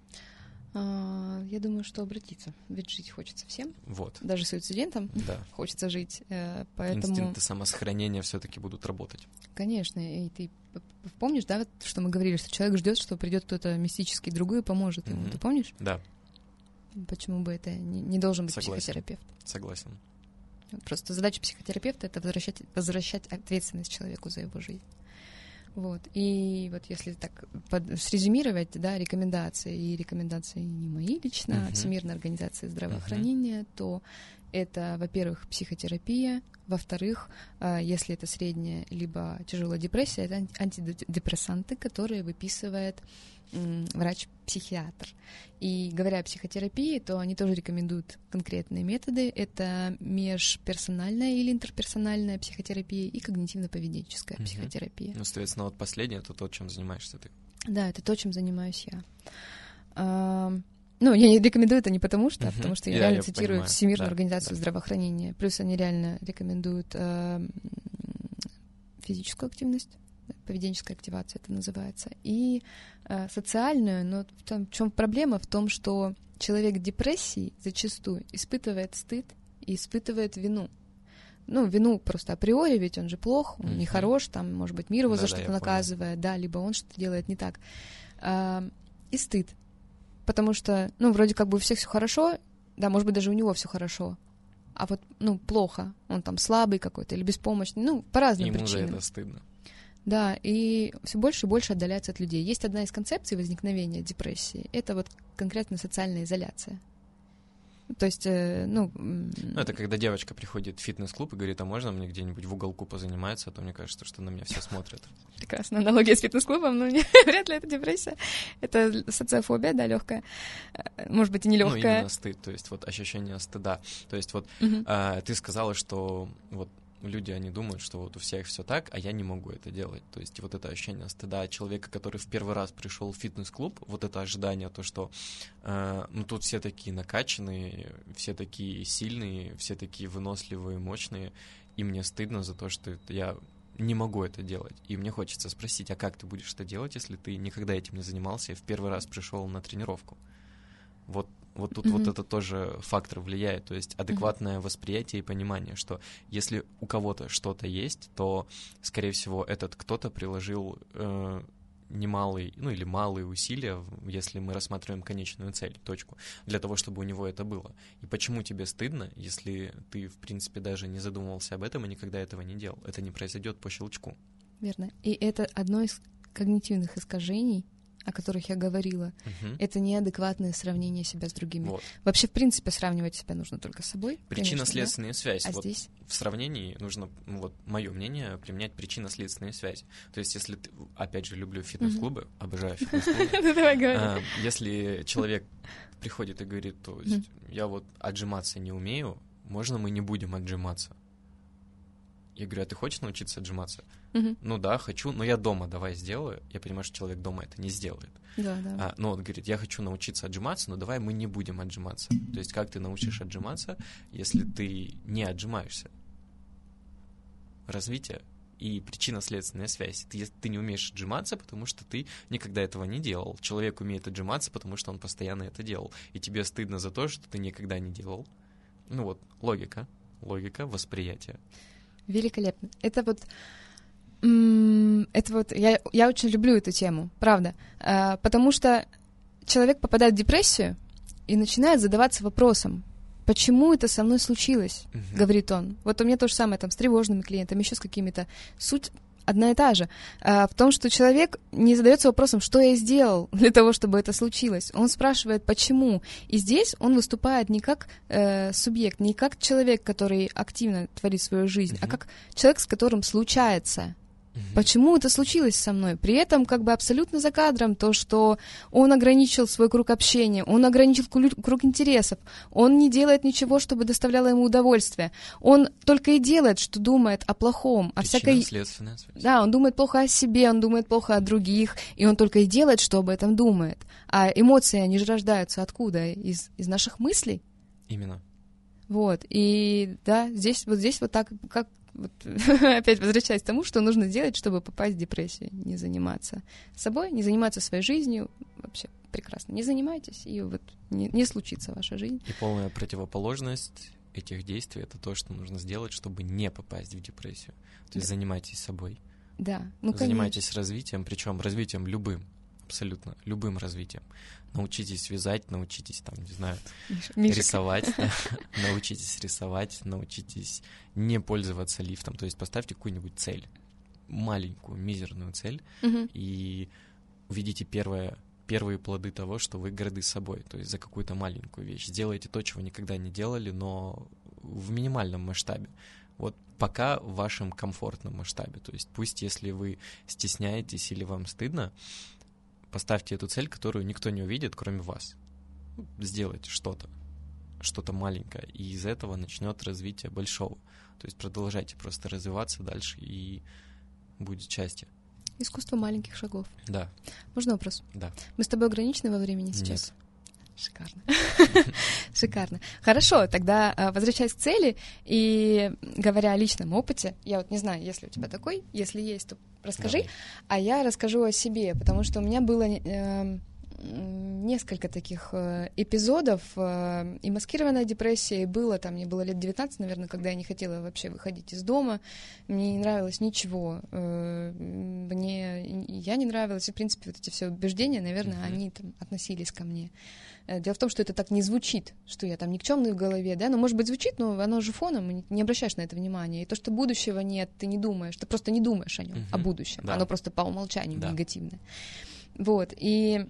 Speaker 2: Я думаю, что обратиться. Ведь жить хочется всем.
Speaker 1: Вот.
Speaker 2: Даже суицидентам хочется жить. Поэтому...
Speaker 1: Инстинкты самосохранения все-таки будут работать.
Speaker 2: Конечно. И ты помнишь, да, что мы говорили, что человек ждет, что придет кто-то мистический другой и поможет ему. Ты помнишь?
Speaker 1: Да.
Speaker 2: Почему бы это не должен быть психотерапевт?
Speaker 1: Согласен.
Speaker 2: Просто задача психотерапевта — это возвращать ответственность человеку за его жизнь. Вот. И вот если так срезюмировать, да, рекомендации не мои лично, а Всемирной организации здравоохранения, то это, во-первых, психотерапия, во-вторых, если это средняя либо тяжелая депрессия, это антидепрессанты, которые выписывает врач-психиатр. И говоря о психотерапии, то они тоже рекомендуют конкретные методы. Это межперсональная или интерперсональная психотерапия и когнитивно-поведенческая психотерапия.
Speaker 1: Ну, соответственно, вот последнее — это то, чем занимаешься ты.
Speaker 2: Да, это то, чем занимаюсь я. Я не рекомендую это не потому что, а потому что я реально цитирую Всемирную организацию здравоохранения. Плюс они реально рекомендуют физическую активность, поведенческая активация это называется, и социальную, но в чем проблема? В том, что человек в депрессии зачастую испытывает стыд и испытывает вину. Вину просто априори, ведь он же плох, он нехорош, там, может быть, мир его за что-то наказывает, да, либо он что-то делает не так. И стыд. Потому что, вроде как бы у всех все хорошо, да, может быть, даже у него все хорошо, а вот, плохо, он там слабый какой-то или беспомощный, по разным причинам.
Speaker 1: Ему за это стыдно.
Speaker 2: Да, и все больше и больше отдаляется от людей. Есть одна из концепций возникновения депрессии, это вот конкретно социальная изоляция. То есть,
Speaker 1: это когда девочка приходит в фитнес-клуб и говорит: а можно мне где-нибудь в уголку позаниматься, а то мне кажется, что на меня все смотрят.
Speaker 2: Прекрасная аналогия с фитнес-клубом, но вряд ли это депрессия. Это социофобия, да, легкая. Может быть, и не легкая.
Speaker 1: Именно стыд, то есть вот ощущение стыда. То есть вот ты сказала, что вот люди, они думают, что вот у всех все так, а я не могу это делать. То есть вот это ощущение стыда человека, который в первый раз пришел в фитнес-клуб, вот это ожидание, то, что тут все такие накачанные, все такие сильные, все такие выносливые, мощные, и мне стыдно за то, что я не могу это делать. И мне хочется спросить, а как ты будешь это делать, если ты никогда этим не занимался и в первый раз пришел на тренировку? Вот тут вот это тоже фактор влияет, то есть адекватное восприятие и понимание, что если у кого-то что-то есть, то, скорее всего, этот кто-то приложил немалый, или малые усилия, если мы рассматриваем конечную цель, точку, для того, чтобы у него это было. И почему тебе стыдно, если ты, в принципе, даже не задумывался об этом и никогда этого не делал? Это не произойдет по щелчку.
Speaker 2: Верно. И это одно из когнитивных искажений, о которых я говорила, это неадекватное сравнение себя с другими. Вот. Вообще, в принципе, сравнивать себя нужно только с собой.
Speaker 1: Причинно-следственная связь.
Speaker 2: А здесь?
Speaker 1: В сравнении нужно, мое мнение, применять причинно-следственные связи. То есть, если ты, опять же, люблю фитнес-клубы, обожаю фитнес-клубы.
Speaker 2: Давай говори.
Speaker 1: Если человек приходит и говорит, то есть, я вот отжиматься не умею, можно мы не будем отжиматься? Я говорю, а ты хочешь научиться отжиматься? Ну да, хочу, но я дома давай сделаю. Я понимаю, что человек дома это не сделает.
Speaker 2: Да.
Speaker 1: Но он говорит, я хочу научиться отжиматься, но давай мы не будем отжиматься. То есть как ты научишь отжиматься, если ты не отжимаешься? Развитие и причинно-следственная связь. Ты не умеешь отжиматься, потому что ты никогда этого не делал. Человек умеет отжиматься, потому что он постоянно это делал. И тебе стыдно за то, что ты никогда не делал. Логика, восприятие.
Speaker 2: Великолепно. Это вот я очень люблю эту тему, правда, потому что человек попадает в депрессию и начинает задаваться вопросом, почему это со мной случилось, говорит он. Вот у меня то же самое там с тревожными клиентами, еще с какими-то. Суть одна и та же. В том, что человек не задается вопросом, что я сделал для того, чтобы это случилось. Он спрашивает, почему. И здесь он выступает не как субъект, не как человек, который активно творит свою жизнь, а как человек, с которым случается. Почему это случилось со мной? При этом как бы абсолютно за кадром то, что он ограничил свой круг общения, он ограничил круг интересов, он не делает ничего, чтобы доставляло ему удовольствие. Он только и делает, что думает о плохом, о всякой...
Speaker 1: Причинно-следственная связь.
Speaker 2: Да, он думает плохо о себе, он думает плохо о других, и он только и делает, что об этом думает. А эмоции, они же рождаются откуда? Из наших мыслей?
Speaker 1: Именно.
Speaker 2: Вот, и да, здесь вот так, как... Вот, опять возвращаясь к тому, что нужно делать, чтобы попасть в депрессию. Не заниматься собой, не заниматься своей жизнью. Вообще прекрасно. Не занимайтесь, и вот не случится ваша жизнь.
Speaker 1: И полная противоположность этих действий — это то, что нужно сделать, чтобы не попасть в депрессию. То есть занимайтесь собой.
Speaker 2: Да.
Speaker 1: Занимайтесь развитием, причем развитием любым. Абсолютно любым развитием. Научитесь вязать, научитесь, рисовать, научитесь рисовать, научитесь не пользоваться лифтом. То есть поставьте какую-нибудь цель, маленькую, мизерную цель, и увидите первые плоды того, что вы горды собой, то есть за какую-то маленькую вещь. Сделайте то, чего никогда не делали, но в минимальном масштабе. Вот пока в вашем комфортном масштабе. То есть пусть, если вы стесняетесь или вам стыдно, поставьте эту цель, которую никто не увидит, кроме вас. Сделайте что-то маленькое, и из этого начнет развитие большого. То есть продолжайте просто развиваться дальше, и будет счастье.
Speaker 2: Искусство маленьких шагов.
Speaker 1: Да.
Speaker 2: Можно вопрос?
Speaker 1: Да.
Speaker 2: Мы с тобой ограничены во времени сейчас?
Speaker 1: Нет.
Speaker 2: Шикарно. Шикарно. Хорошо, тогда возвращаясь к цели и говоря о личном опыте, я вот не знаю, есть ли у тебя такой, если есть, то расскажи,
Speaker 1: Давай.
Speaker 2: А я расскажу о себе, потому что у меня было несколько таких эпизодов, и маскированная депрессия, и мне было лет 19, наверное, когда я не хотела вообще выходить из дома, мне не нравилось ничего, я не нравилась, и, в принципе, вот эти все убеждения, наверное, они там относились ко мне. Дело в том, что это так не звучит, что я там никчемный в голове, да, может быть, звучит, но оно же фоном, не обращаешь на это внимания, и то, что будущего нет, ты не думаешь, ты просто не думаешь о нем, о будущем,
Speaker 1: да.
Speaker 2: Оно просто по умолчанию негативное. Вот, и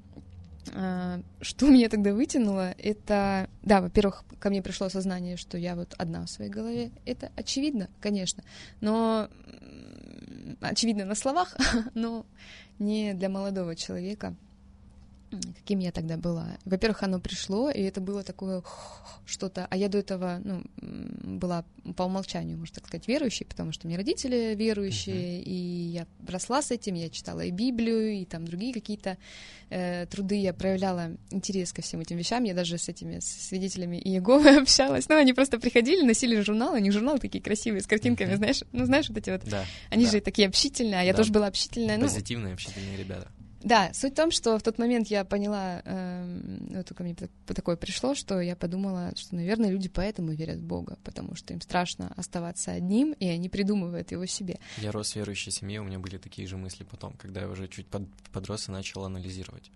Speaker 2: что меня тогда вытянуло, это, да, во-первых, ко мне пришло осознание, что я вот одна в своей голове. Это очевидно, конечно, но очевидно на словах, но не для молодого человека. каким я тогда была. Во-первых, оно пришло, и это было такое что-то... А я до этого, была по умолчанию, можно так сказать, верующей, потому что у меня родители верующие, и я росла с этим, я читала и Библию, и там другие какие-то труды, я проявляла интерес ко всем этим вещам, я даже с этими свидетелями Иеговы общалась. Они просто приходили, носили журналы, у них журналы такие красивые, с картинками, знаешь, вот эти вот...
Speaker 1: Да,
Speaker 2: они же такие общительные, а я тоже была общительная.
Speaker 1: Позитивные, общительные ребята.
Speaker 2: Да, суть в том, что в тот момент я поняла, ко мне такое пришло, что я подумала, что, наверное, люди поэтому верят в Бога, потому что им страшно оставаться одним, и они придумывают его себе.
Speaker 1: Я рос в верующей семье, у меня были такие же мысли потом, когда я уже чуть подрос и начал анализировать.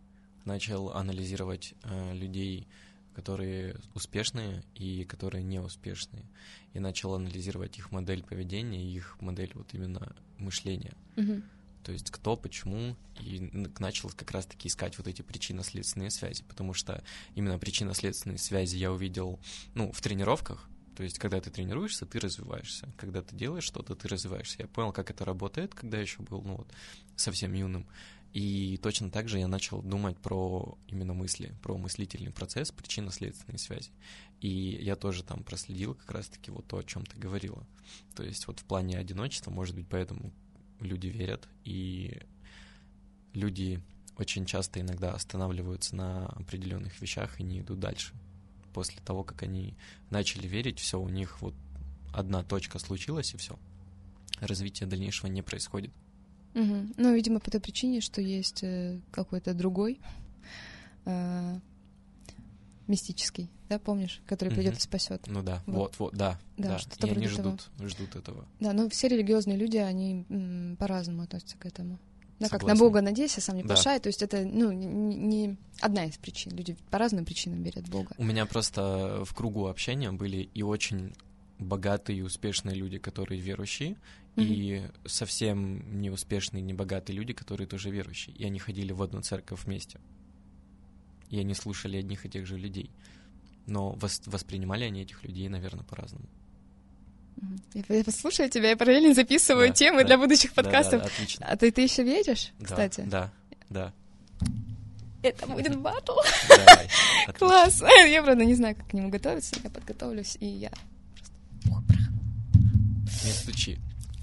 Speaker 1: Людей, которые успешные и которые неуспешные. И начал анализировать их модель поведения, их модель вот именно мышления. То есть кто, почему, и начал как раз-таки искать вот эти причинно-следственные связи, потому что именно причинно-следственные связи я увидел, в тренировках, то есть когда ты тренируешься, ты развиваешься, когда ты делаешь что-то, ты развиваешься. Я понял, как это работает, когда я еще был, совсем юным, и точно так же я начал думать про именно мысли, про мыслительный процесс, причинно-следственные связи. И я тоже там проследил как раз-таки вот то, о чем ты говорила. То есть вот в плане одиночества, может быть, поэтому люди верят, и люди очень часто иногда останавливаются на определенных вещах и не идут дальше. После того, как они начали верить, все, у них вот одна точка случилась, и все. Развития дальнейшего не происходит.
Speaker 2: Видимо, по той причине, что есть какой-то другой мистический, да, помнишь, который придет и спасет.
Speaker 1: Да.
Speaker 2: Что-то
Speaker 1: и они
Speaker 2: этого.
Speaker 1: ждут этого.
Speaker 2: Да, но все религиозные люди, они по-разному относятся к этому. Да,
Speaker 1: Согласен.
Speaker 2: как на Бога надейся, сам не плашай. То есть это, не одна из причин. Люди по разным причинам верят в Бога.
Speaker 1: У меня просто в кругу общения были и очень богатые и успешные люди, которые верующие, и совсем неуспешные, небогатые люди, которые тоже верующие. И они ходили в одну церковь вместе. И они слушали одних и тех же людей. Но воспринимали они этих людей, наверное, по-разному.
Speaker 2: Я послушаю тебя, я параллельно записываю темы для будущих подкастов.
Speaker 1: Да, отлично.
Speaker 2: А ты еще веришь, кстати?
Speaker 1: Да.
Speaker 2: Это будет батл.
Speaker 1: Давай.
Speaker 2: Класс. Я, правда, не знаю, как к нему готовиться. Я подготовлюсь, и я просто...
Speaker 1: Не стучи.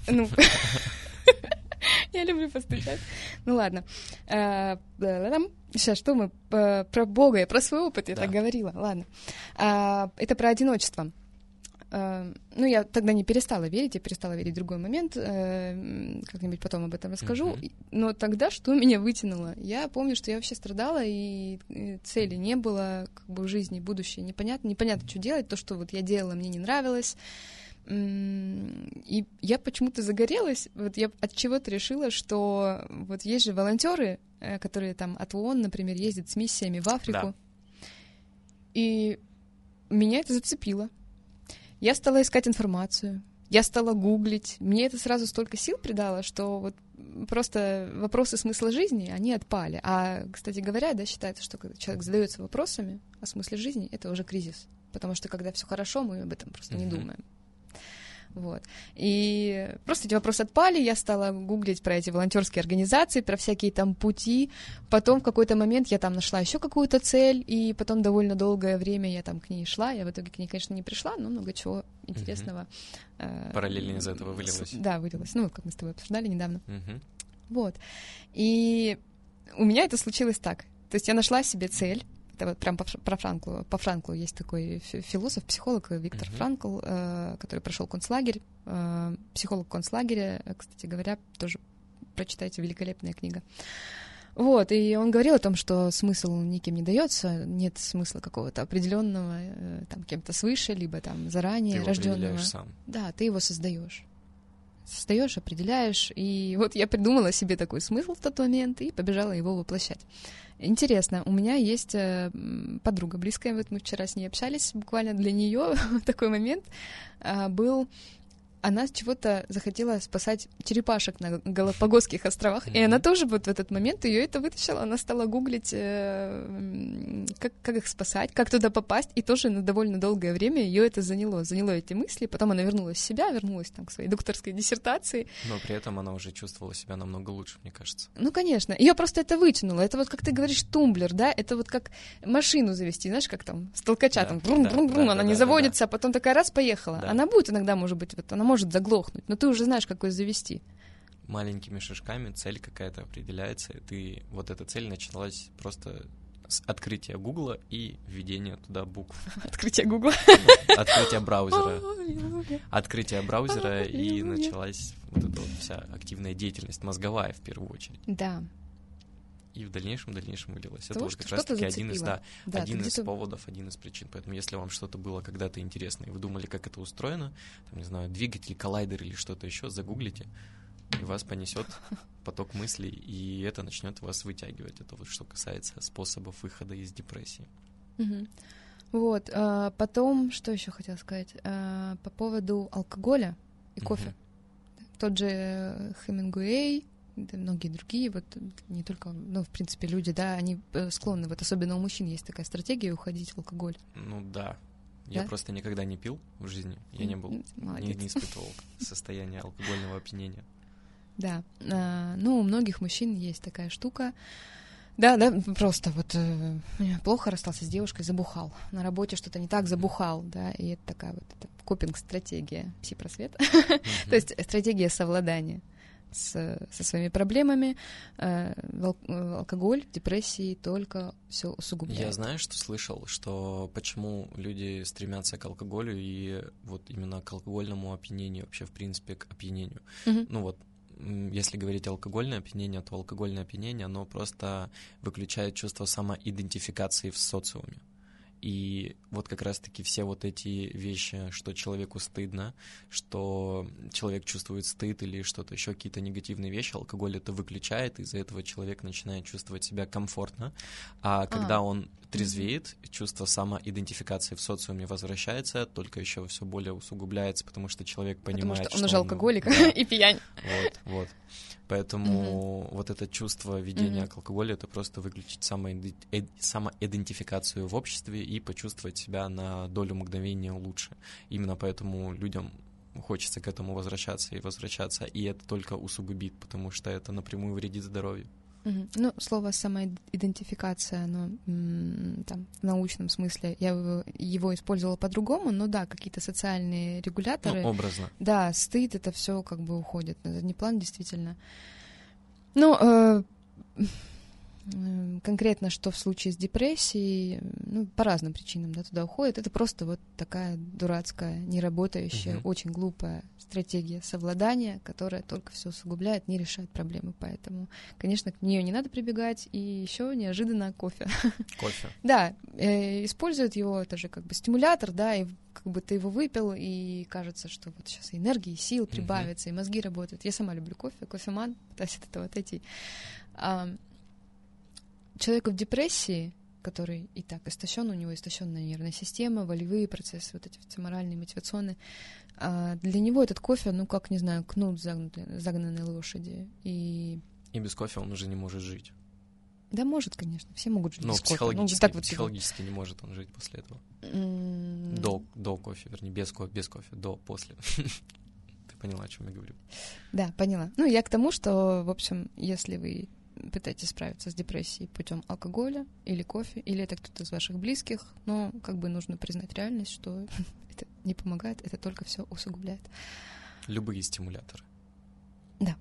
Speaker 2: Я люблю постучать. Ладно. Сейчас, что мы? Про Бога, про свой опыт я так говорила. Ладно. Это про одиночество. Я тогда не перестала верить, я перестала верить в другой момент. Как-нибудь потом об этом расскажу. Но тогда что меня вытянуло? Я помню, что я вообще страдала, и цели не было, в жизни, будущее непонятно, что делать. То, что вот я делала, мне не нравилось. И я почему-то загорелась, вот я от чего-то решила, что вот есть же волонтеры, которые там от ООН, например, ездят с миссиями в Африку, и меня это зацепило. Я стала искать информацию, я стала гуглить, мне это сразу столько сил придало, что вот просто вопросы смысла жизни, они отпали. А, кстати говоря, считается, что когда человек задается вопросами о смысле жизни, это уже кризис, потому что когда все хорошо, мы об этом просто не думаем. Вот. И просто эти вопросы отпали, я стала гуглить про эти волонтерские организации, про всякие там пути. Потом в какой-то момент я там нашла еще какую-то цель, и потом довольно долгое время я там к ней шла. Я в итоге к ней, конечно, не пришла, но много чего интересного.
Speaker 1: Параллельно из этого вылилось.
Speaker 2: Да, вылилось. Как мы с тобой обсуждали недавно. Вот. И у меня это случилось так. То есть я нашла себе цель. Это вот прям по Франклу есть такой философ, психолог Виктор Франкл, который прошел концлагерь, психолог концлагеря, кстати говоря, тоже прочитайте, великолепная книга. Вот, и он говорил о том, что смысл никем не дается, нет смысла какого-то определенного, там, кем-то свыше, либо там заранее рожденного. Ты его определяешь
Speaker 1: сам.
Speaker 2: Да, ты его создаешь, определяешь, и вот я придумала себе такой смысл в тот момент и побежала его воплощать. Интересно, у меня есть подруга близкая, вот мы вчера с ней общались, буквально для нее такой момент был она чего-то захотела спасать черепашек на Галапагосских островах, и она тоже вот в этот момент ее это вытащила, она стала гуглить, как их спасать, как туда попасть, и тоже на довольно долгое время ее это заняло эти мысли, потом она вернулась в себя, вернулась там к своей докторской диссертации.
Speaker 1: Но при этом она уже чувствовала себя намного лучше, мне кажется.
Speaker 2: Ну, конечно, ее просто это вытянуло, это вот, как ты говоришь, тумблер, да, это вот как машину завести, знаешь, как там, с толкача, там, брум-брум-брум, она не заводится, а потом такая раз поехала. Да. Она будет иногда, может быть, вот она может заглохнуть, но ты уже знаешь, как ее завести.
Speaker 1: Маленькими шажками цель какая-то определяется, и ты, вот эта цель началась просто с открытия Гугла и введения туда букв.
Speaker 2: Открытие Гугла.
Speaker 1: Открытие браузера. Открытие браузера, и началась вот эта вот вся активная деятельность, мозговая в первую очередь.
Speaker 2: Да.
Speaker 1: И в дальнейшем вылилось. Это вот как раз-таки один из поводов, один из причин. Поэтому если вам что-то было когда-то интересно, и вы думали, как это устроено, там, не знаю, двигатель, коллайдер или что-то еще, загуглите, и вас понесет поток мыслей, и это начнет вас вытягивать. Это вот что касается способов выхода из депрессии.
Speaker 2: Вот. Потом, что еще хотела сказать? По поводу алкоголя и кофе. Тот же Хемингуэй, да, многие другие, вот не только, ну, в принципе, люди, да, они склонны, вот особенно у мужчин есть такая стратегия уходить в алкоголь.
Speaker 1: Ну да. Я просто никогда не пил в жизни. Я не был, не испытывал состояние алкогольного опьянения.
Speaker 2: Да. Ну, у многих мужчин есть такая штука. Да, просто вот плохо расстался с девушкой, забухал. На работе что-то не так, забухал, да, и это такая вот копинг-стратегия, пси-просвет. То есть стратегия совладания со своими проблемами. Алкоголь, депрессии только все усугубляет.
Speaker 1: Я знаю, что слышал, что почему люди стремятся к алкоголю и вот именно к алкогольному опьянению, вообще в принципе к опьянению. Ну вот, если говорить алкогольное опьянение, то алкогольное опьянение, оно просто выключает чувство самоидентификации в социуме. И вот как раз-таки все вот эти вещи, что человеку стыдно, что человек чувствует стыд или что-то еще, какие-то негативные вещи, алкоголь это выключает, и из-за этого человек начинает чувствовать себя комфортно. А когда он трезвеет, чувство самоидентификации в социуме возвращается, только еще все более усугубляется, потому что человек понимает,
Speaker 2: потому что он уже алкоголик и пьянь.
Speaker 1: Вот. Поэтому вот это чувство ведения к алкоголю — это просто выключить самоидентификацию в обществе и почувствовать себя на долю мгновения лучше. Именно поэтому людям хочется к этому возвращаться, и это только усугубит, потому что это напрямую вредит здоровью.
Speaker 2: Ну, слово самоидентификация, оно там, в научном смысле, я его использовала по-другому, но да, какие-то социальные регуляторы.
Speaker 1: Ну, образно.
Speaker 2: Да, стыд, это все как бы уходит на задний план, действительно. Но конкретно, что в случае с депрессией, ну, по разным причинам, да, туда уходит, это просто вот такая дурацкая, неработающая, очень глупая стратегия совладания, которая только все усугубляет, не решает проблемы. Поэтому, конечно, к нее не надо прибегать. И еще неожиданно кофе.
Speaker 1: Кофе.
Speaker 2: Да, используют его, это же как бы стимулятор, да, и как бы ты его выпил, и кажется, что вот сейчас и энергии, и сил прибавится, и мозги работают. Я сама люблю кофе, кофеман, пытаюсь от этого отойти. Человеку в депрессии, который и так истощен, у него истощенная нервная система, волевые процессы, вот эти все моральные, мотивационные, для него этот кофе, ну, как, не знаю, кнут загнанной лошади. И
Speaker 1: без кофе он уже не может жить.
Speaker 2: Да, может, конечно, все могут жить без кофе.
Speaker 1: Психологически не может он жить после этого. До кофе, вернее, без кофе, после. Ты поняла, о чем я говорю?
Speaker 2: Да, поняла. Ну, я к тому, что, в общем, если вы пытаетесь справиться с депрессией путем алкоголя или кофе, или это кто-то из ваших близких, но как бы нужно признать реальность, что это не помогает, это только все усугубляет.
Speaker 1: Любые стимуляторы.
Speaker 2: Да.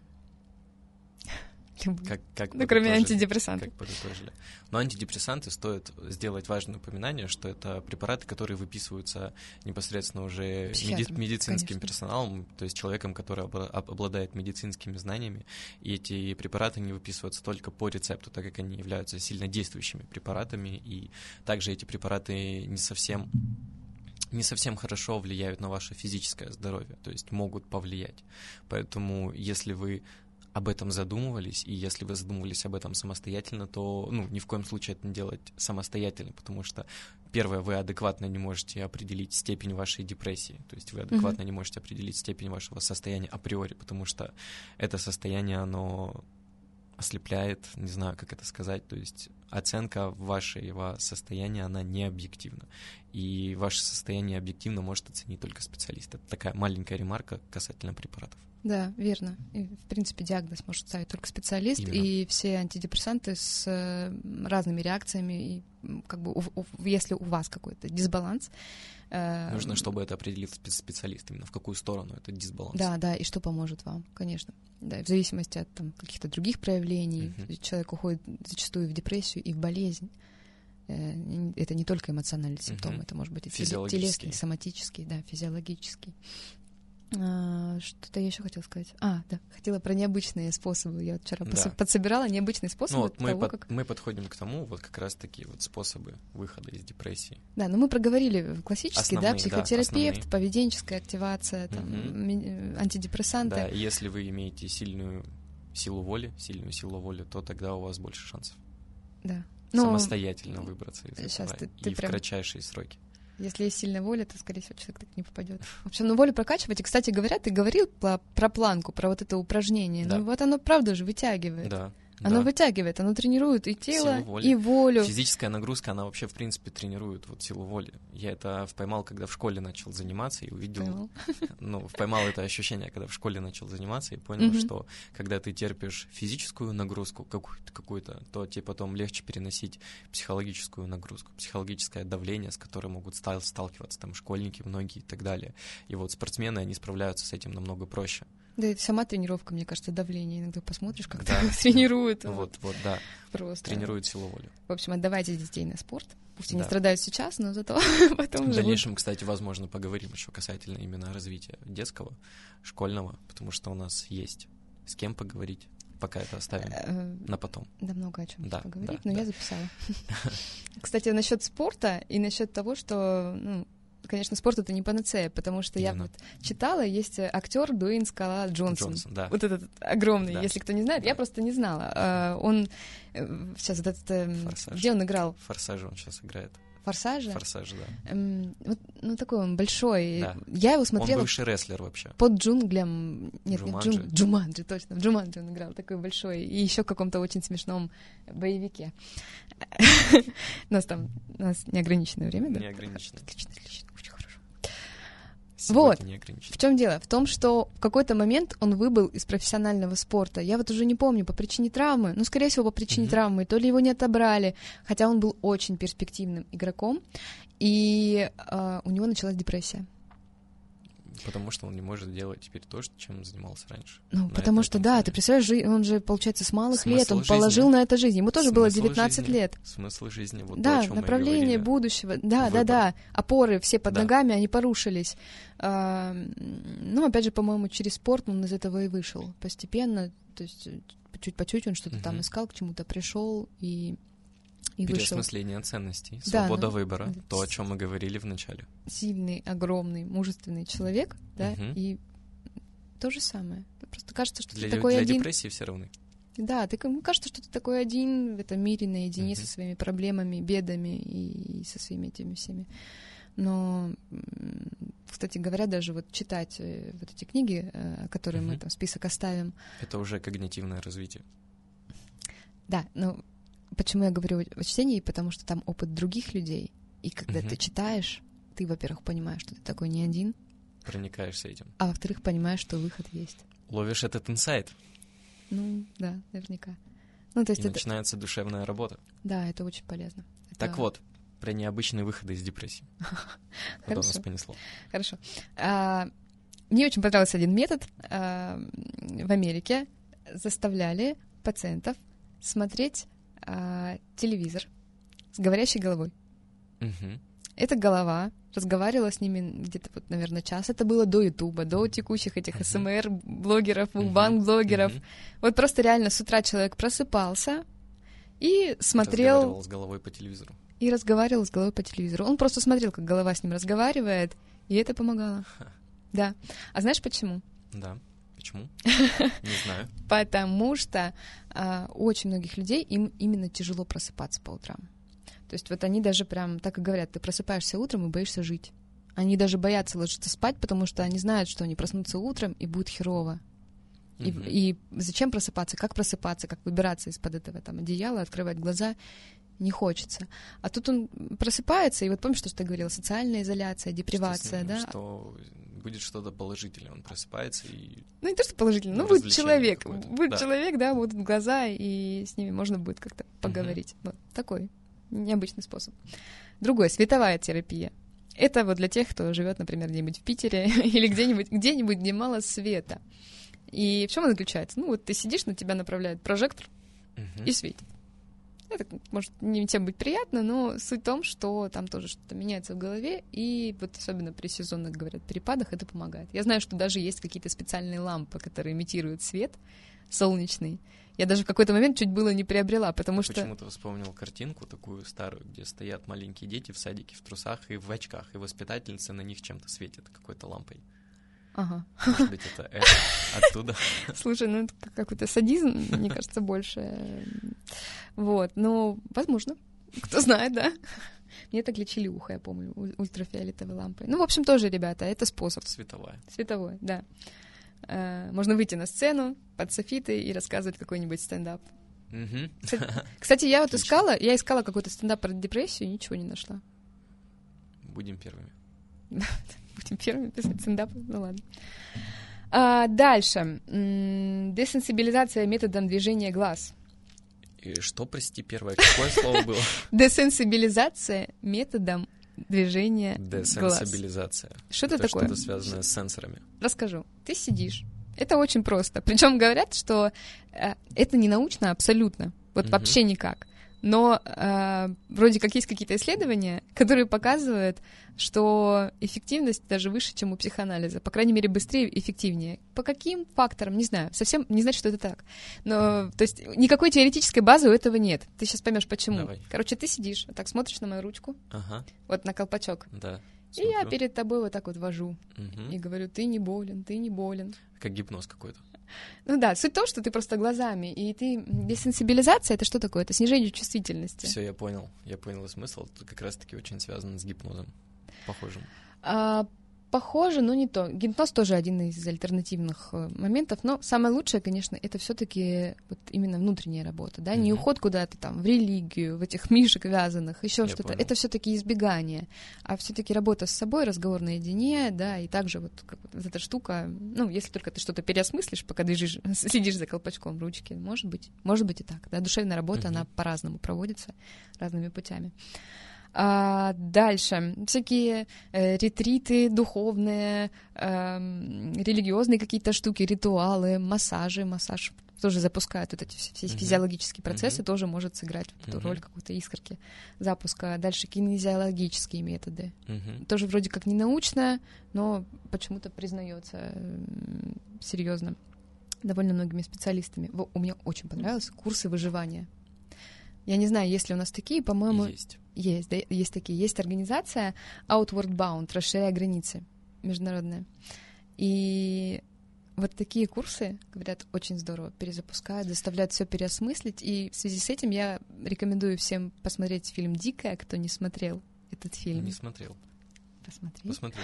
Speaker 1: Ну,
Speaker 2: кроме антидепрессантов.
Speaker 1: Как подытожили. Но антидепрессанты, стоит сделать важное напоминание, что это препараты, которые выписываются непосредственно уже медицинским персоналом, то есть человеком, который обладает медицинскими знаниями, и эти препараты не выписываются только по рецепту, так как они являются сильно действующими препаратами, и также эти препараты не совсем хорошо влияют на ваше физическое здоровье, то есть могут повлиять. Поэтому, если вы об этом задумывались, и если вы задумывались об этом самостоятельно, то ни в коем случае это не делать самостоятельно, потому что первое, вы адекватно не можете определить степень вашей депрессии, то есть вы адекватно не можете определить степень вашего состояния априори, потому что это состояние, оно ослепляет, не знаю, как это сказать, то есть оценка вашего состояния, она не объективна, и ваше состояние объективно может оценить только специалист. Это такая маленькая ремарка касательно препаратов.
Speaker 2: Да, верно. И, в принципе, диагноз может ставить только специалист,
Speaker 1: Именно.
Speaker 2: и все антидепрессанты с разными реакциями, и как бы если у вас какой-то дисбаланс...
Speaker 1: Нужно, чтобы это определил специалист, именно в какую сторону это дисбаланс.
Speaker 2: Да, и что поможет вам, конечно. Да, в зависимости от там, каких-то других проявлений, человек уходит зачастую в депрессию и в болезнь. Это не только эмоциональный симптом, это может быть и телесный, соматический, да, физиологический. Что-то я еще хотела сказать. Да, хотела про необычные способы. Я вот вчера подсобирала необычные способы.
Speaker 1: Ну, вот мы подходим к тому, вот как раз такие вот способы выхода из депрессии.
Speaker 2: Да, но мы проговорили классические,
Speaker 1: основные,
Speaker 2: психотерапевт,
Speaker 1: да,
Speaker 2: поведенческая активация, там, антидепрессанты.
Speaker 1: Да, и если вы имеете сильную силу воли, то тогда у вас больше шансов.
Speaker 2: Да.
Speaker 1: Самостоятельно выбраться из этого
Speaker 2: ты
Speaker 1: в кратчайшие сроки.
Speaker 2: Если есть сильная воля, то, скорее всего, человек так не попадет. В общем, волю прокачивать. И, кстати говоря, ты говорил про планку, про вот это упражнение.
Speaker 1: Да.
Speaker 2: Ну вот оно, правда же, вытягивает.
Speaker 1: Да.
Speaker 2: Оно вытягивает, оно тренирует и тело, и волю.
Speaker 1: Физическая нагрузка, она вообще, в принципе, тренирует вот силу воли. Я это поймал, когда в школе начал заниматься, и увидел... Поймал это ощущение, когда в школе начал заниматься, и понял, что когда ты терпишь физическую нагрузку какую-то, то тебе потом легче переносить психологическую нагрузку, психологическое давление, с которым могут сталкиваться там школьники многие и так далее. И вот спортсмены, они справляются с этим намного проще.
Speaker 2: Да, это сама тренировка, мне кажется, давление. Иногда посмотришь, как тренируют.
Speaker 1: Вот, да.
Speaker 2: Просто.
Speaker 1: Тренирует силу воли.
Speaker 2: В общем, отдавайте детей на спорт. Пусть они страдают сейчас, но зато потом
Speaker 1: уже... В дальнейшем, кстати, возможно, поговорим еще касательно именно развития детского, школьного, потому что у нас есть с кем поговорить. Пока это оставим на потом.
Speaker 2: Да, много о чем поговорить, но я записала. Кстати, насчет спорта и насчет того, что... Конечно, спорт — это не панацея, потому что я вот читала, есть актер Дуэйн «Скала» Джонсон.
Speaker 1: Да.
Speaker 2: Вот этот огромный, если кто не знает, я просто не знала. Он сейчас где он играл?
Speaker 1: В «Форсаже» он сейчас играет.
Speaker 2: «Форсаже»?
Speaker 1: «Форсаже», да.
Speaker 2: Такой он большой.
Speaker 1: Да.
Speaker 2: Я его смотрела...
Speaker 1: Он бывший рестлер вообще.
Speaker 2: Под джунглям...
Speaker 1: Джуманджи,
Speaker 2: точно. В «Джуманджи» он играл, такой большой. И еще в каком-то очень смешном боевике. У нас неограниченное время, да?
Speaker 1: Неограниченное.
Speaker 2: Отлично. Очень хорошо.
Speaker 1: Вот.
Speaker 2: В чем дело? В том, что в какой-то момент он выбыл из профессионального спорта. Я вот уже не помню, по причине травмы, скорее всего, по причине травмы, то ли его не отобрали, хотя он был очень перспективным игроком, и у него началась депрессия.
Speaker 1: Потому что он не может делать теперь то, чем занимался раньше.
Speaker 2: Потому что, да, ты представляешь, он же, получается, с малых лет, он положил на это жизнь. Ему тоже было 19 лет.
Speaker 1: Смысл жизни, вот
Speaker 2: да,
Speaker 1: то, о чем
Speaker 2: направление
Speaker 1: мы
Speaker 2: будущего. Да. Опоры все под ногами, они порушились. Опять же, по-моему, через спорт он из этого и вышел. Постепенно, то есть чуть по чуть он что-то там искал, к чему-то пришел и
Speaker 1: переосмысление ценностей, свобода выбора, то, о чем мы говорили в начале.
Speaker 2: Сильный, огромный, мужественный человек, да, и то же самое. Просто кажется, что ты такой один.
Speaker 1: Для депрессии все равны.
Speaker 2: Да, кажется, что ты такой один в этом мире, наедине со своими проблемами, бедами и со своими этими всеми. Но, кстати говоря, даже вот читать вот эти книги, которые мы там список оставим...
Speaker 1: Это уже когнитивное развитие.
Speaker 2: Да, почему я говорю о чтении? Потому что там опыт других людей. И когда ты читаешь, ты, во-первых, понимаешь, что ты такой не один.
Speaker 1: Проникаешься этим.
Speaker 2: А во-вторых, понимаешь, что выход есть.
Speaker 1: Ловишь этот инсайт.
Speaker 2: Да, наверняка. То есть
Speaker 1: начинается душевная работа.
Speaker 2: Да, это очень полезно.
Speaker 1: Так вот, про необычные выходы из депрессии. Вот нас понесло.
Speaker 2: Хорошо. Мне очень понравился один метод. В Америке заставляли пациентов смотреть телевизор с говорящей головой. Эта голова разговаривала с ними где-то, наверное, час. Это было до Ютуба, до текущих этих СМР-блогеров, мукбанг-блогеров. Вот просто реально с утра человек просыпался и смотрел...
Speaker 1: Разговаривал с головой по телевизору.
Speaker 2: И разговаривал с головой по телевизору. Он просто смотрел, как голова с ним разговаривает, и это помогало. Да. А знаешь почему?
Speaker 1: Да. Почему? Не знаю.
Speaker 2: Потому что у очень многих людей им именно тяжело просыпаться по утрам. То есть вот они даже прям так и говорят, ты просыпаешься утром и боишься жить. Они даже боятся ложиться спать, потому что они знают, что они проснутся утром и будет херово. И зачем просыпаться, как выбираться из-под этого там одеяла, открывать глаза не хочется. А тут он просыпается, и вот помнишь, что ты говорила, социальная изоляция, депривация, да?
Speaker 1: Что будет что-то положительное, он просыпается и...
Speaker 2: Ну, не то, что положительное, будет человек. Будет человек, да, будут глаза, и с ними можно будет как-то поговорить. Вот такой необычный способ. Другой, световая терапия. Это вот для тех, кто живет, например, где-нибудь в Питере или где-нибудь, где мало света. И в чем он заключается? Ну, вот ты сидишь, на тебя направляет прожектор и светит. Это может не всем быть приятно, но суть в том, что там тоже что-то меняется в голове, и вот особенно при сезонных, говорят, перепадах это помогает. Я знаю, что даже есть какие-то специальные лампы, которые имитируют свет солнечный. Я даже в какой-то момент чуть было не приобрела, потому что...
Speaker 1: Почему-то вспомнил картинку такую старую, где стоят маленькие дети в садике в трусах и в очках, и воспитательница на них чем-то светит, какой-то лампой.
Speaker 2: Ага.
Speaker 1: Может быть, это оттуда.
Speaker 2: Слушай, ну это какой-то садизм, мне кажется, больше. Вот, ну, возможно. Кто знает, да? Мне так лечили ухо, я помню, ультрафиолетовой лампой. Ну, в общем, тоже, ребята, это способ. Световой, да. Можно выйти на сцену под софиты и рассказывать какой-нибудь стендап. Кстати, я вот искала какой-то стендап про депрессию, ничего не нашла.
Speaker 1: Будем первыми.
Speaker 2: Будем первыми писать стендапы, ну ладно. Дальше. Десенсибилизация методом движения глаз.
Speaker 1: И что, прости, первое, какое слово было?
Speaker 2: Десенсибилизация методом движения глаз.
Speaker 1: Десенсибилизация.
Speaker 2: Что это такое?
Speaker 1: Что-то связанное с сенсорами.
Speaker 2: Расскажу. Ты сидишь. Это очень просто. Причем говорят, что это не научно абсолютно. Вот вообще никак. Но вроде как есть какие-то исследования, которые показывают, что эффективность даже выше, чем у психоанализа. По крайней мере, быстрее и эффективнее. По каким факторам? Не знаю. Совсем не значит, что это так. Но, то есть, никакой теоретической базы у этого нет. Ты сейчас поймешь, почему.
Speaker 1: Давай.
Speaker 2: Короче, ты сидишь, вот так смотришь на мою ручку, вот на колпачок.
Speaker 1: Да.
Speaker 2: И я перед тобой вот так вот вожу. И говорю, ты не болен, ты не болен.
Speaker 1: Как гипноз какой-то.
Speaker 2: Ну да, суть в том, что ты просто глазами, и ты... Десенсибилизация — это что такое? Это снижение чувствительности.
Speaker 1: Все, я понял смысл. Это как раз-таки очень связано с гипнозом, похожим.
Speaker 2: Похоже, но не то. Гипноз тоже один из альтернативных моментов, но самое лучшее, конечно, это все-таки вот именно внутренняя работа, да, не уход куда-то там в религию, в этих мишек вязаных, еще что-то. Это все-таки избегание, а все-таки работа с собой, разговор наедине, да, и также вот эта штука, ну, если только ты что-то переосмыслишь, пока следишь за колпачком ручки, может быть и так, да, душевная работа, она по-разному проводится, разными путями. Дальше всякие ретриты духовные, религиозные какие-то штуки, ритуалы, массаж тоже запускают вот эти все физиологические процессы, тоже может сыграть роль какой-то искорки запуска. Дальше кинезиологические методы. Тоже вроде как не научно, но почему-то признается серьезно довольно многими специалистами. У меня очень понравились курсы выживания. Я не знаю, есть ли у нас такие, по-моему... Есть, да, есть такие. Есть организация Outward Bound, расширяя границы, международная. И вот такие курсы, говорят, очень здорово перезапускают, заставляют все переосмыслить. И в связи с этим я рекомендую всем посмотреть фильм «Дикая», кто не смотрел этот фильм.
Speaker 1: Не смотрел. Посмотри.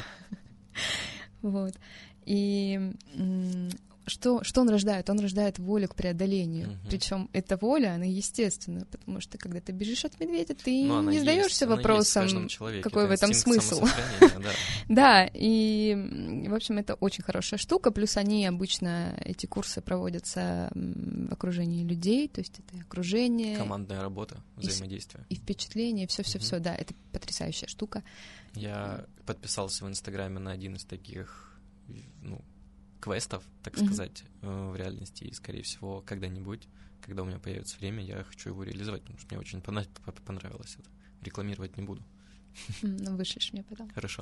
Speaker 2: Вот. И... Что он рождает? Он рождает волю к преодолению. Причем эта воля, она естественна, потому что когда ты бежишь от медведя, ты не задаешься вопросом, какой в этом смысл. Да, и, в общем, это очень хорошая штука. Плюс они эти курсы проводятся в окружении людей, то есть это окружение.
Speaker 1: Командная работа, взаимодействие.
Speaker 2: И впечатление, все, да, это потрясающая штука.
Speaker 1: Я подписался в Инстаграме на один из таких, квестов, так сказать, в реальности, и, скорее всего, когда-нибудь, когда у меня появится время, я хочу его реализовать, потому что мне очень понравилось это. Рекламировать не буду.
Speaker 2: Вышлешь мне потом.
Speaker 1: Хорошо.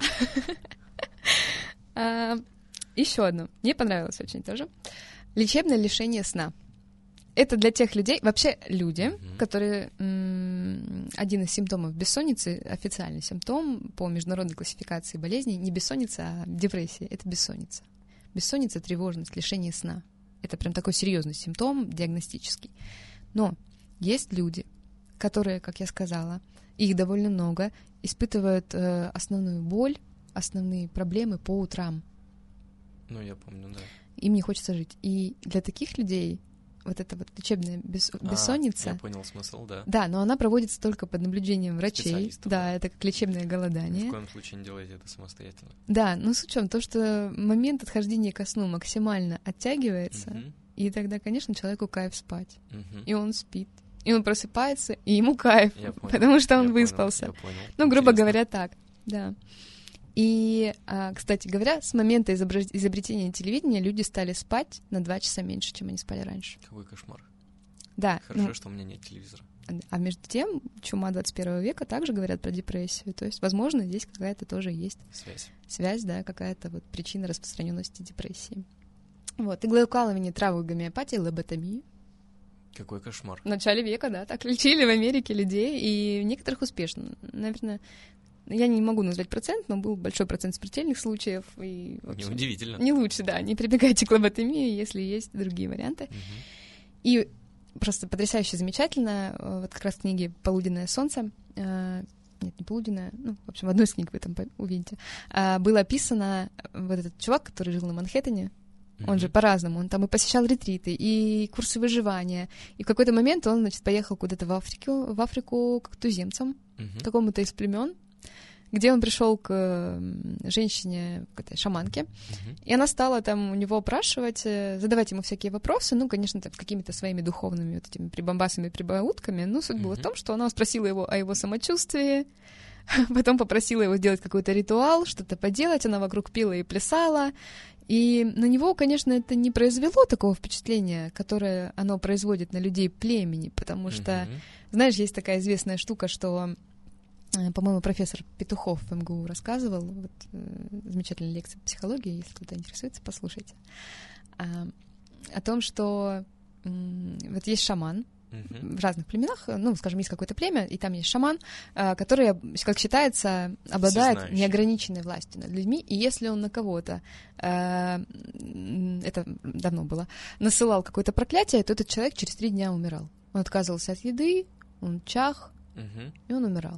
Speaker 2: Еще одно. Мне понравилось очень тоже. Лечебное лишение сна. Это для тех людей, вообще люди, которые... один из симптомов бессонницы, официальный симптом по международной классификации болезней, не бессонница, а депрессия, это бессонница. Бессонница, тревожность, лишение сна. Это прям такой серьезный симптом диагностический. Но есть люди, которые, как я сказала, их довольно много, испытывают основную боль, основные проблемы по утрам.
Speaker 1: Ну, я помню, да.
Speaker 2: Им не хочется жить. И для таких людей вот эта вот лечебная бессонница...
Speaker 1: Я понял смысл, да.
Speaker 2: Да, но она проводится только под наблюдением врачей. Да, это как лечебное голодание.
Speaker 1: Ни в коем случае не делайте это самостоятельно.
Speaker 2: Да, но суть в чем, то, что момент отхождения ко сну максимально оттягивается, и тогда, конечно, человеку кайф спать. И он спит. И он просыпается, и ему кайф, потому что он выспался. Ну, грубо говоря, так, да. И, кстати говоря, с момента изобретения телевидения люди стали спать на 2 часа меньше, чем они спали раньше.
Speaker 1: Какой кошмар.
Speaker 2: Да.
Speaker 1: Хорошо, что у меня нет телевизора.
Speaker 2: А между тем, чума 21 века также говорят про депрессию. То есть, возможно, здесь какая-то тоже есть связь, да, какая-то вот причина распространенности депрессии. Вот. Иглоукалывание, травы, гомеопатия, лоботомия.
Speaker 1: Какой кошмар.
Speaker 2: В начале века, да, так лечили в Америке людей, и некоторых успешно. Наверное, я не могу назвать процент, но был большой процент смертельных случаев. И, в общем,
Speaker 1: неудивительно.
Speaker 2: Не лучше, да, не прибегайте к лоботомии, если есть другие варианты. И просто потрясающе замечательно, вот как раз в книге «Полуденное солнце», нет, не полуденное, ну, в общем, в одной из книг вы там увидите, было описано вот этот чувак, который жил на Манхэттене, он же по-разному, он там и посещал ретриты, и курсы выживания, и в какой-то момент он, значит, поехал куда-то в Африку к туземцам, какому-то из племен, где он пришел к женщине, к этой шаманке, и она стала там у него опрашивать, задавать ему всякие вопросы, ну, конечно, там, какими-то своими духовными вот этими прибамбасами, прибаутками, но суть была в том, что она спросила его о его самочувствии, потом попросила его сделать какой-то ритуал, что-то поделать, она вокруг пила и плясала, и на него, конечно, это не произвело такого впечатления, которое оно производит на людей племени, потому что, знаешь, есть такая известная штука, что, по-моему, профессор Петухов в МГУ рассказывал, вот, замечательная лекция по психологии, если кто-то интересуется, послушайте, о том, что вот есть шаман, в разных племенах, ну, скажем, есть какое-то племя, и там есть шаман, который, как считается, обладает неограниченной властью над людьми, и если он на кого-то, это давно было, насылал какое-то проклятие, то этот человек через 3 дня умирал. Он отказывался от еды, он чах, и он умирал.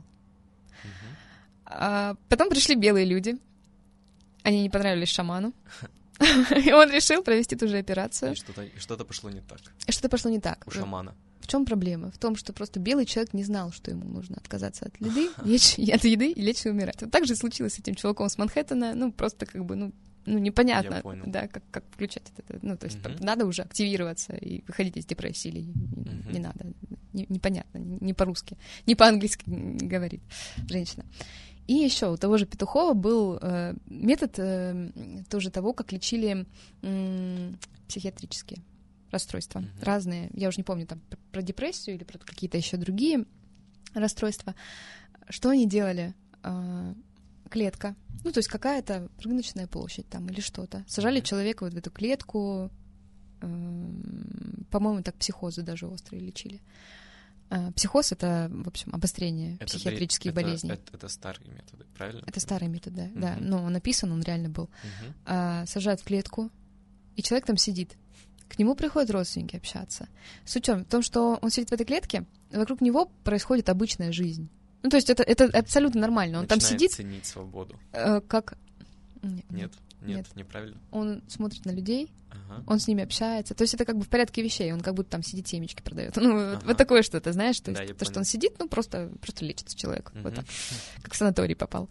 Speaker 2: Потом пришли белые люди, они не понравились шаману, и он решил провести ту же операцию.
Speaker 1: И что-то пошло не так.
Speaker 2: Что-то пошло не так.
Speaker 1: У шамана.
Speaker 2: В чем проблема? В том, что просто белый человек не знал, что ему нужно отказаться от еды и лечь и умирать. Вот так же случилось с этим чуваком с Манхэттена, ну, просто как бы, ну непонятно, да, как включать это. Ну, то есть надо уже активироваться и выходить из депрессии, или не надо. Непонятно, не по-русски, не по-английски говорит женщина. И еще у того же Петухова был метод тоже того, как лечили психиатрические расстройства разные. Я уже не помню, там про депрессию или про какие-то еще другие расстройства. Что они делали? Клетка. Ну, то есть какая-то рыночная площадь там или что-то. Сажали человека вот в эту клетку. По-моему, так психозы даже острые лечили. Психоз — это, в общем, обострение психиатрических болезней.
Speaker 1: Это старые методы, правильно?
Speaker 2: Это старый метод, да. Да. Но он написан, он реально был. Сажают в клетку, и человек там сидит. К нему приходят родственники общаться. Суть в том, что он сидит в этой клетке, вокруг него происходит обычная жизнь. Ну, то есть это абсолютно нормально. Он
Speaker 1: начинает
Speaker 2: там сидит...
Speaker 1: ценить свободу.
Speaker 2: Как...
Speaker 1: Нет, неправильно.
Speaker 2: Он смотрит на людей, он с ними общается. То есть это как бы в порядке вещей. Он как будто там сидит, семечки продает. Ну, вот такое что-то, знаешь? То есть то, что он сидит, ну, просто лечится человек. Вот так. Как в санаторий попал.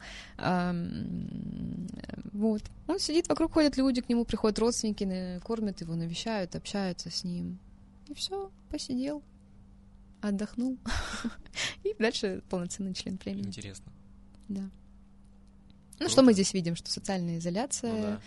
Speaker 2: Вот. Он сидит, вокруг ходят люди, к нему приходят родственники, кормят его, навещают, общаются с ним. И все, посидел, отдохнул. И дальше полноценный член племени.
Speaker 1: Интересно.
Speaker 2: Да. Ну, что мы здесь видим? Что социальная изоляция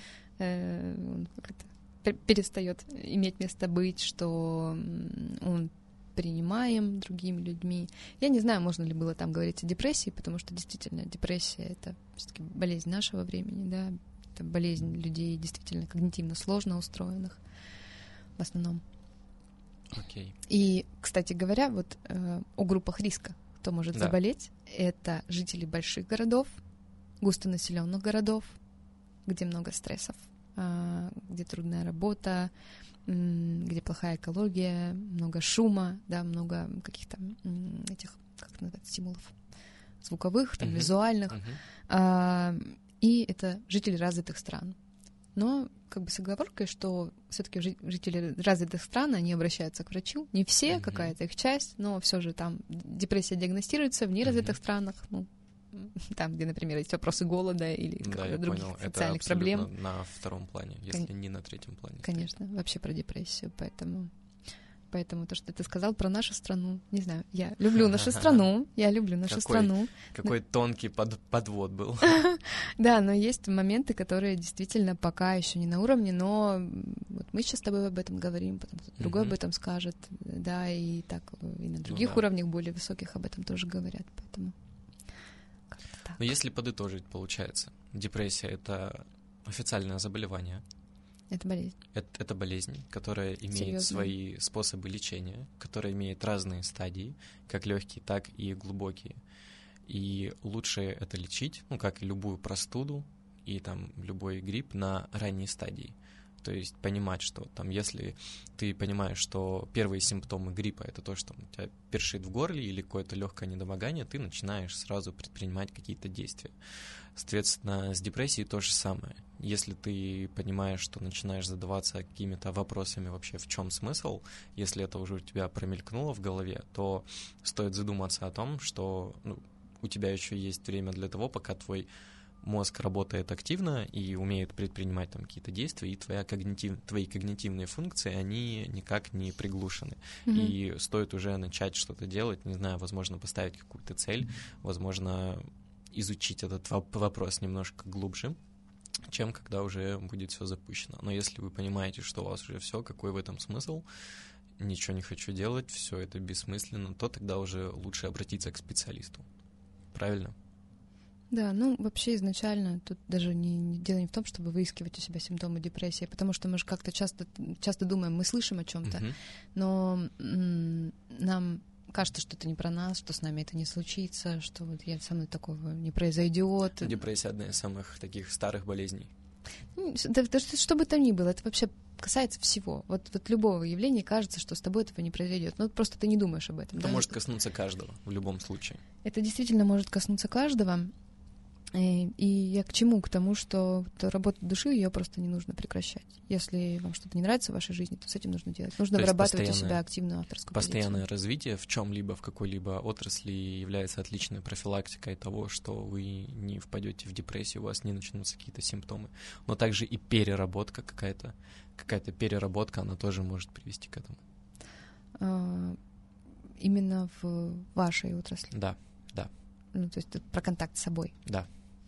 Speaker 2: перестает иметь место быть, что он принимаем другими людьми. Я не знаю, можно ли было там говорить о депрессии, потому что действительно депрессия — это все-таки болезнь нашего времени, да, это болезнь людей действительно когнитивно сложно устроенных в основном.
Speaker 1: Okay.
Speaker 2: И, кстати говоря, вот о группах риска, кто может заболеть, это жители больших городов, густонаселенных городов, где много стрессов, где трудная работа, где плохая экология, много шума, да, много каких-то этих, как это называется, стимулов, звуковых, там, визуальных, и это жители развитых стран. Но как бы с оговоркой, что все-таки жители развитых стран, они обращаются к врачу. Не все, какая-то их часть, но все же там депрессия диагностируется в неразвитых странах, ну, там, где, например, есть вопросы голода или каких-то других социальных проблем.
Speaker 1: Это на втором плане, если не на третьем плане.
Speaker 2: Конечно, вообще про депрессию, Поэтому то, что ты сказал про нашу страну, не знаю, я люблю нашу страну, страну.
Speaker 1: Какой тонкий подвод был.
Speaker 2: Да, но есть моменты, которые действительно пока еще не на уровне, но вот мы сейчас с тобой об этом говорим, потом кто-то другой об этом скажет, да, и так и на других уровнях более высоких об этом тоже говорят, поэтому как-то так.
Speaker 1: Но если подытожить, получается, депрессия — это официальное заболевание.
Speaker 2: Это болезнь.
Speaker 1: Это болезнь, которая имеет
Speaker 2: Серьезно?
Speaker 1: свои способы лечения, которая имеет разные стадии, как легкие, так и глубокие. И лучше это лечить, ну, как и любую простуду и там любой грипп, на ранней стадии. То есть понимать, что там, если ты понимаешь, что первые симптомы гриппа — это то, что у тебя першит в горле или какое-то легкое недомогание, ты начинаешь сразу предпринимать какие-то действия. Соответственно, с депрессией то же самое. Если ты понимаешь, что начинаешь задаваться какими-то вопросами вообще, в чем смысл, если это уже у тебя промелькнуло в голове, то стоит задуматься о том, что у тебя еще есть время для того, пока твой мозг работает активно и умеет предпринимать там какие-то действия, и твои когнитивные функции, они никак не приглушены. И стоит уже начать что-то делать, не знаю, возможно, поставить какую-то цель, возможно, изучить этот вопрос немножко глубже, чем когда уже будет все запущено. Но если вы понимаете, что у вас уже все, какой в этом смысл, ничего не хочу делать, все это бессмысленно, то тогда уже лучше обратиться к специалисту. Правильно?
Speaker 2: Да, ну вообще изначально тут даже дело не в том, чтобы выискивать у себя симптомы депрессии, потому что мы же как-то часто думаем, мы слышим о чем-то, но нам кажется, что это не про нас, что с нами это не случится, что вот со мной такого не произойдет.
Speaker 1: Депрессия — одна из самых таких старых болезней.
Speaker 2: Да, что бы там ни было, это вообще касается всего. Вот любого явления кажется, что с тобой этого не произойдет. Ну, просто ты не думаешь об этом.
Speaker 1: Это может коснуться каждого в любом случае.
Speaker 2: Это действительно может коснуться каждого. И я к чему? К тому, что работу души, ее просто не нужно прекращать. Если вам что-то не нравится в вашей жизни, то с этим нужно делать. Нужно вырабатывать у себя активную авторскую
Speaker 1: постоянное развитие в чем-либо, в какой-либо отрасли является отличной профилактикой того, что вы не впадете в депрессию, у вас не начнутся какие-то симптомы. Но также и переработка какая-то переработка, она тоже может привести к этому.
Speaker 2: Именно в вашей отрасли?
Speaker 1: Да.
Speaker 2: Ну, то есть тут про контакт с собой?
Speaker 1: Да.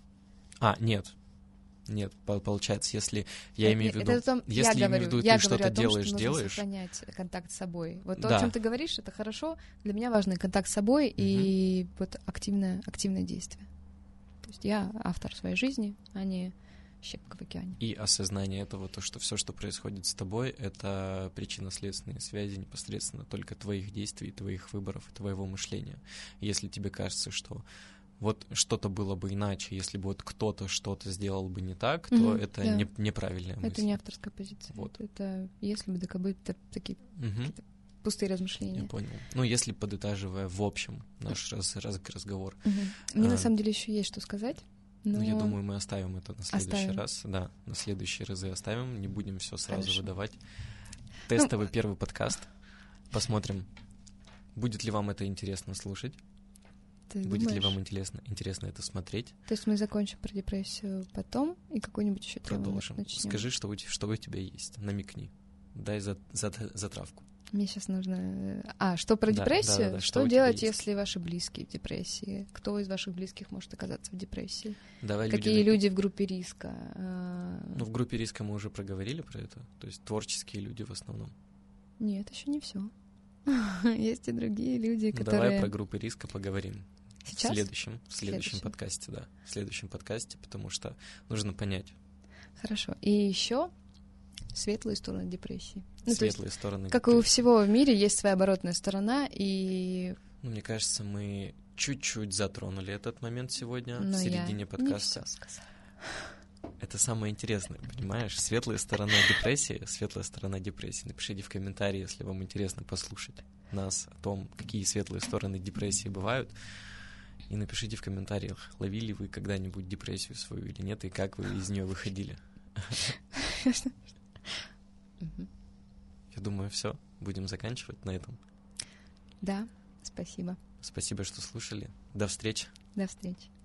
Speaker 1: Нет, получается, если я имею в виду, ты что-то делаешь.
Speaker 2: Сохранять контакт с собой. Вот то, о чем ты говоришь, это хорошо. Для меня важный контакт с собой и вот активное действие. То есть я автор своей жизни, а не щепка в океане.
Speaker 1: И осознание этого, то, что все, что происходит с тобой, это причинно-следственные связи непосредственно только твоих действий, твоих выборов, твоего мышления. Если тебе кажется, что вот что-то было бы иначе, если бы вот кто-то что-то сделал бы не так, то это неправильная мысль.
Speaker 2: Это не авторская позиция.
Speaker 1: Вот.
Speaker 2: Это если бы, да как бы, это такие какие-то пустые размышления.
Speaker 1: Я понял. Ну, если подытаживая в общем наш разговор.
Speaker 2: Мне на самом деле еще есть что сказать.
Speaker 1: Ну, я думаю, мы оставим это на следующий раз. Да, на следующие разы оставим. Не будем все сразу выдавать. Тестовый первый подкаст. Посмотрим, будет ли вам это интересно слушать. Будет ли вам интересно это смотреть.
Speaker 2: То есть мы закончим про депрессию потом и какую-нибудь еще тему
Speaker 1: продолжим. Скажи, что у тебя есть. Намекни. Дай затравку.
Speaker 2: Мне сейчас нужно... что про депрессию? Да, что делать, если ваши близкие в депрессии? Кто из ваших близких может оказаться в депрессии? Какие люди в группе риска?
Speaker 1: Ну, в группе риска мы уже проговорили про это. То есть творческие люди в основном.
Speaker 2: Нет, еще не все. Есть и другие люди, которые...
Speaker 1: Давай про группы риска поговорим.
Speaker 2: Сейчас?
Speaker 1: В следующем подкасте, да. В следующем подкасте, потому что нужно понять.
Speaker 2: Хорошо. И еще... светлые стороны депрессии.
Speaker 1: Светлые стороны
Speaker 2: как
Speaker 1: депрессии.
Speaker 2: И у всего в мире есть своя оборотная сторона, и...
Speaker 1: мне кажется, мы чуть-чуть затронули этот момент сегодня, в середине подкаста.
Speaker 2: Не всё сказала.
Speaker 1: Это самое интересное, понимаешь? Светлая сторона депрессии. Напишите в комментарии, если вам интересно послушать нас о том, какие светлые стороны депрессии бывают. И напишите в комментариях, ловили вы когда-нибудь депрессию свою или нет, и как вы из нее выходили. Я думаю, все. Будем заканчивать на этом.
Speaker 2: Да, спасибо.
Speaker 1: Спасибо, что слушали. До встречи.
Speaker 2: До встречи.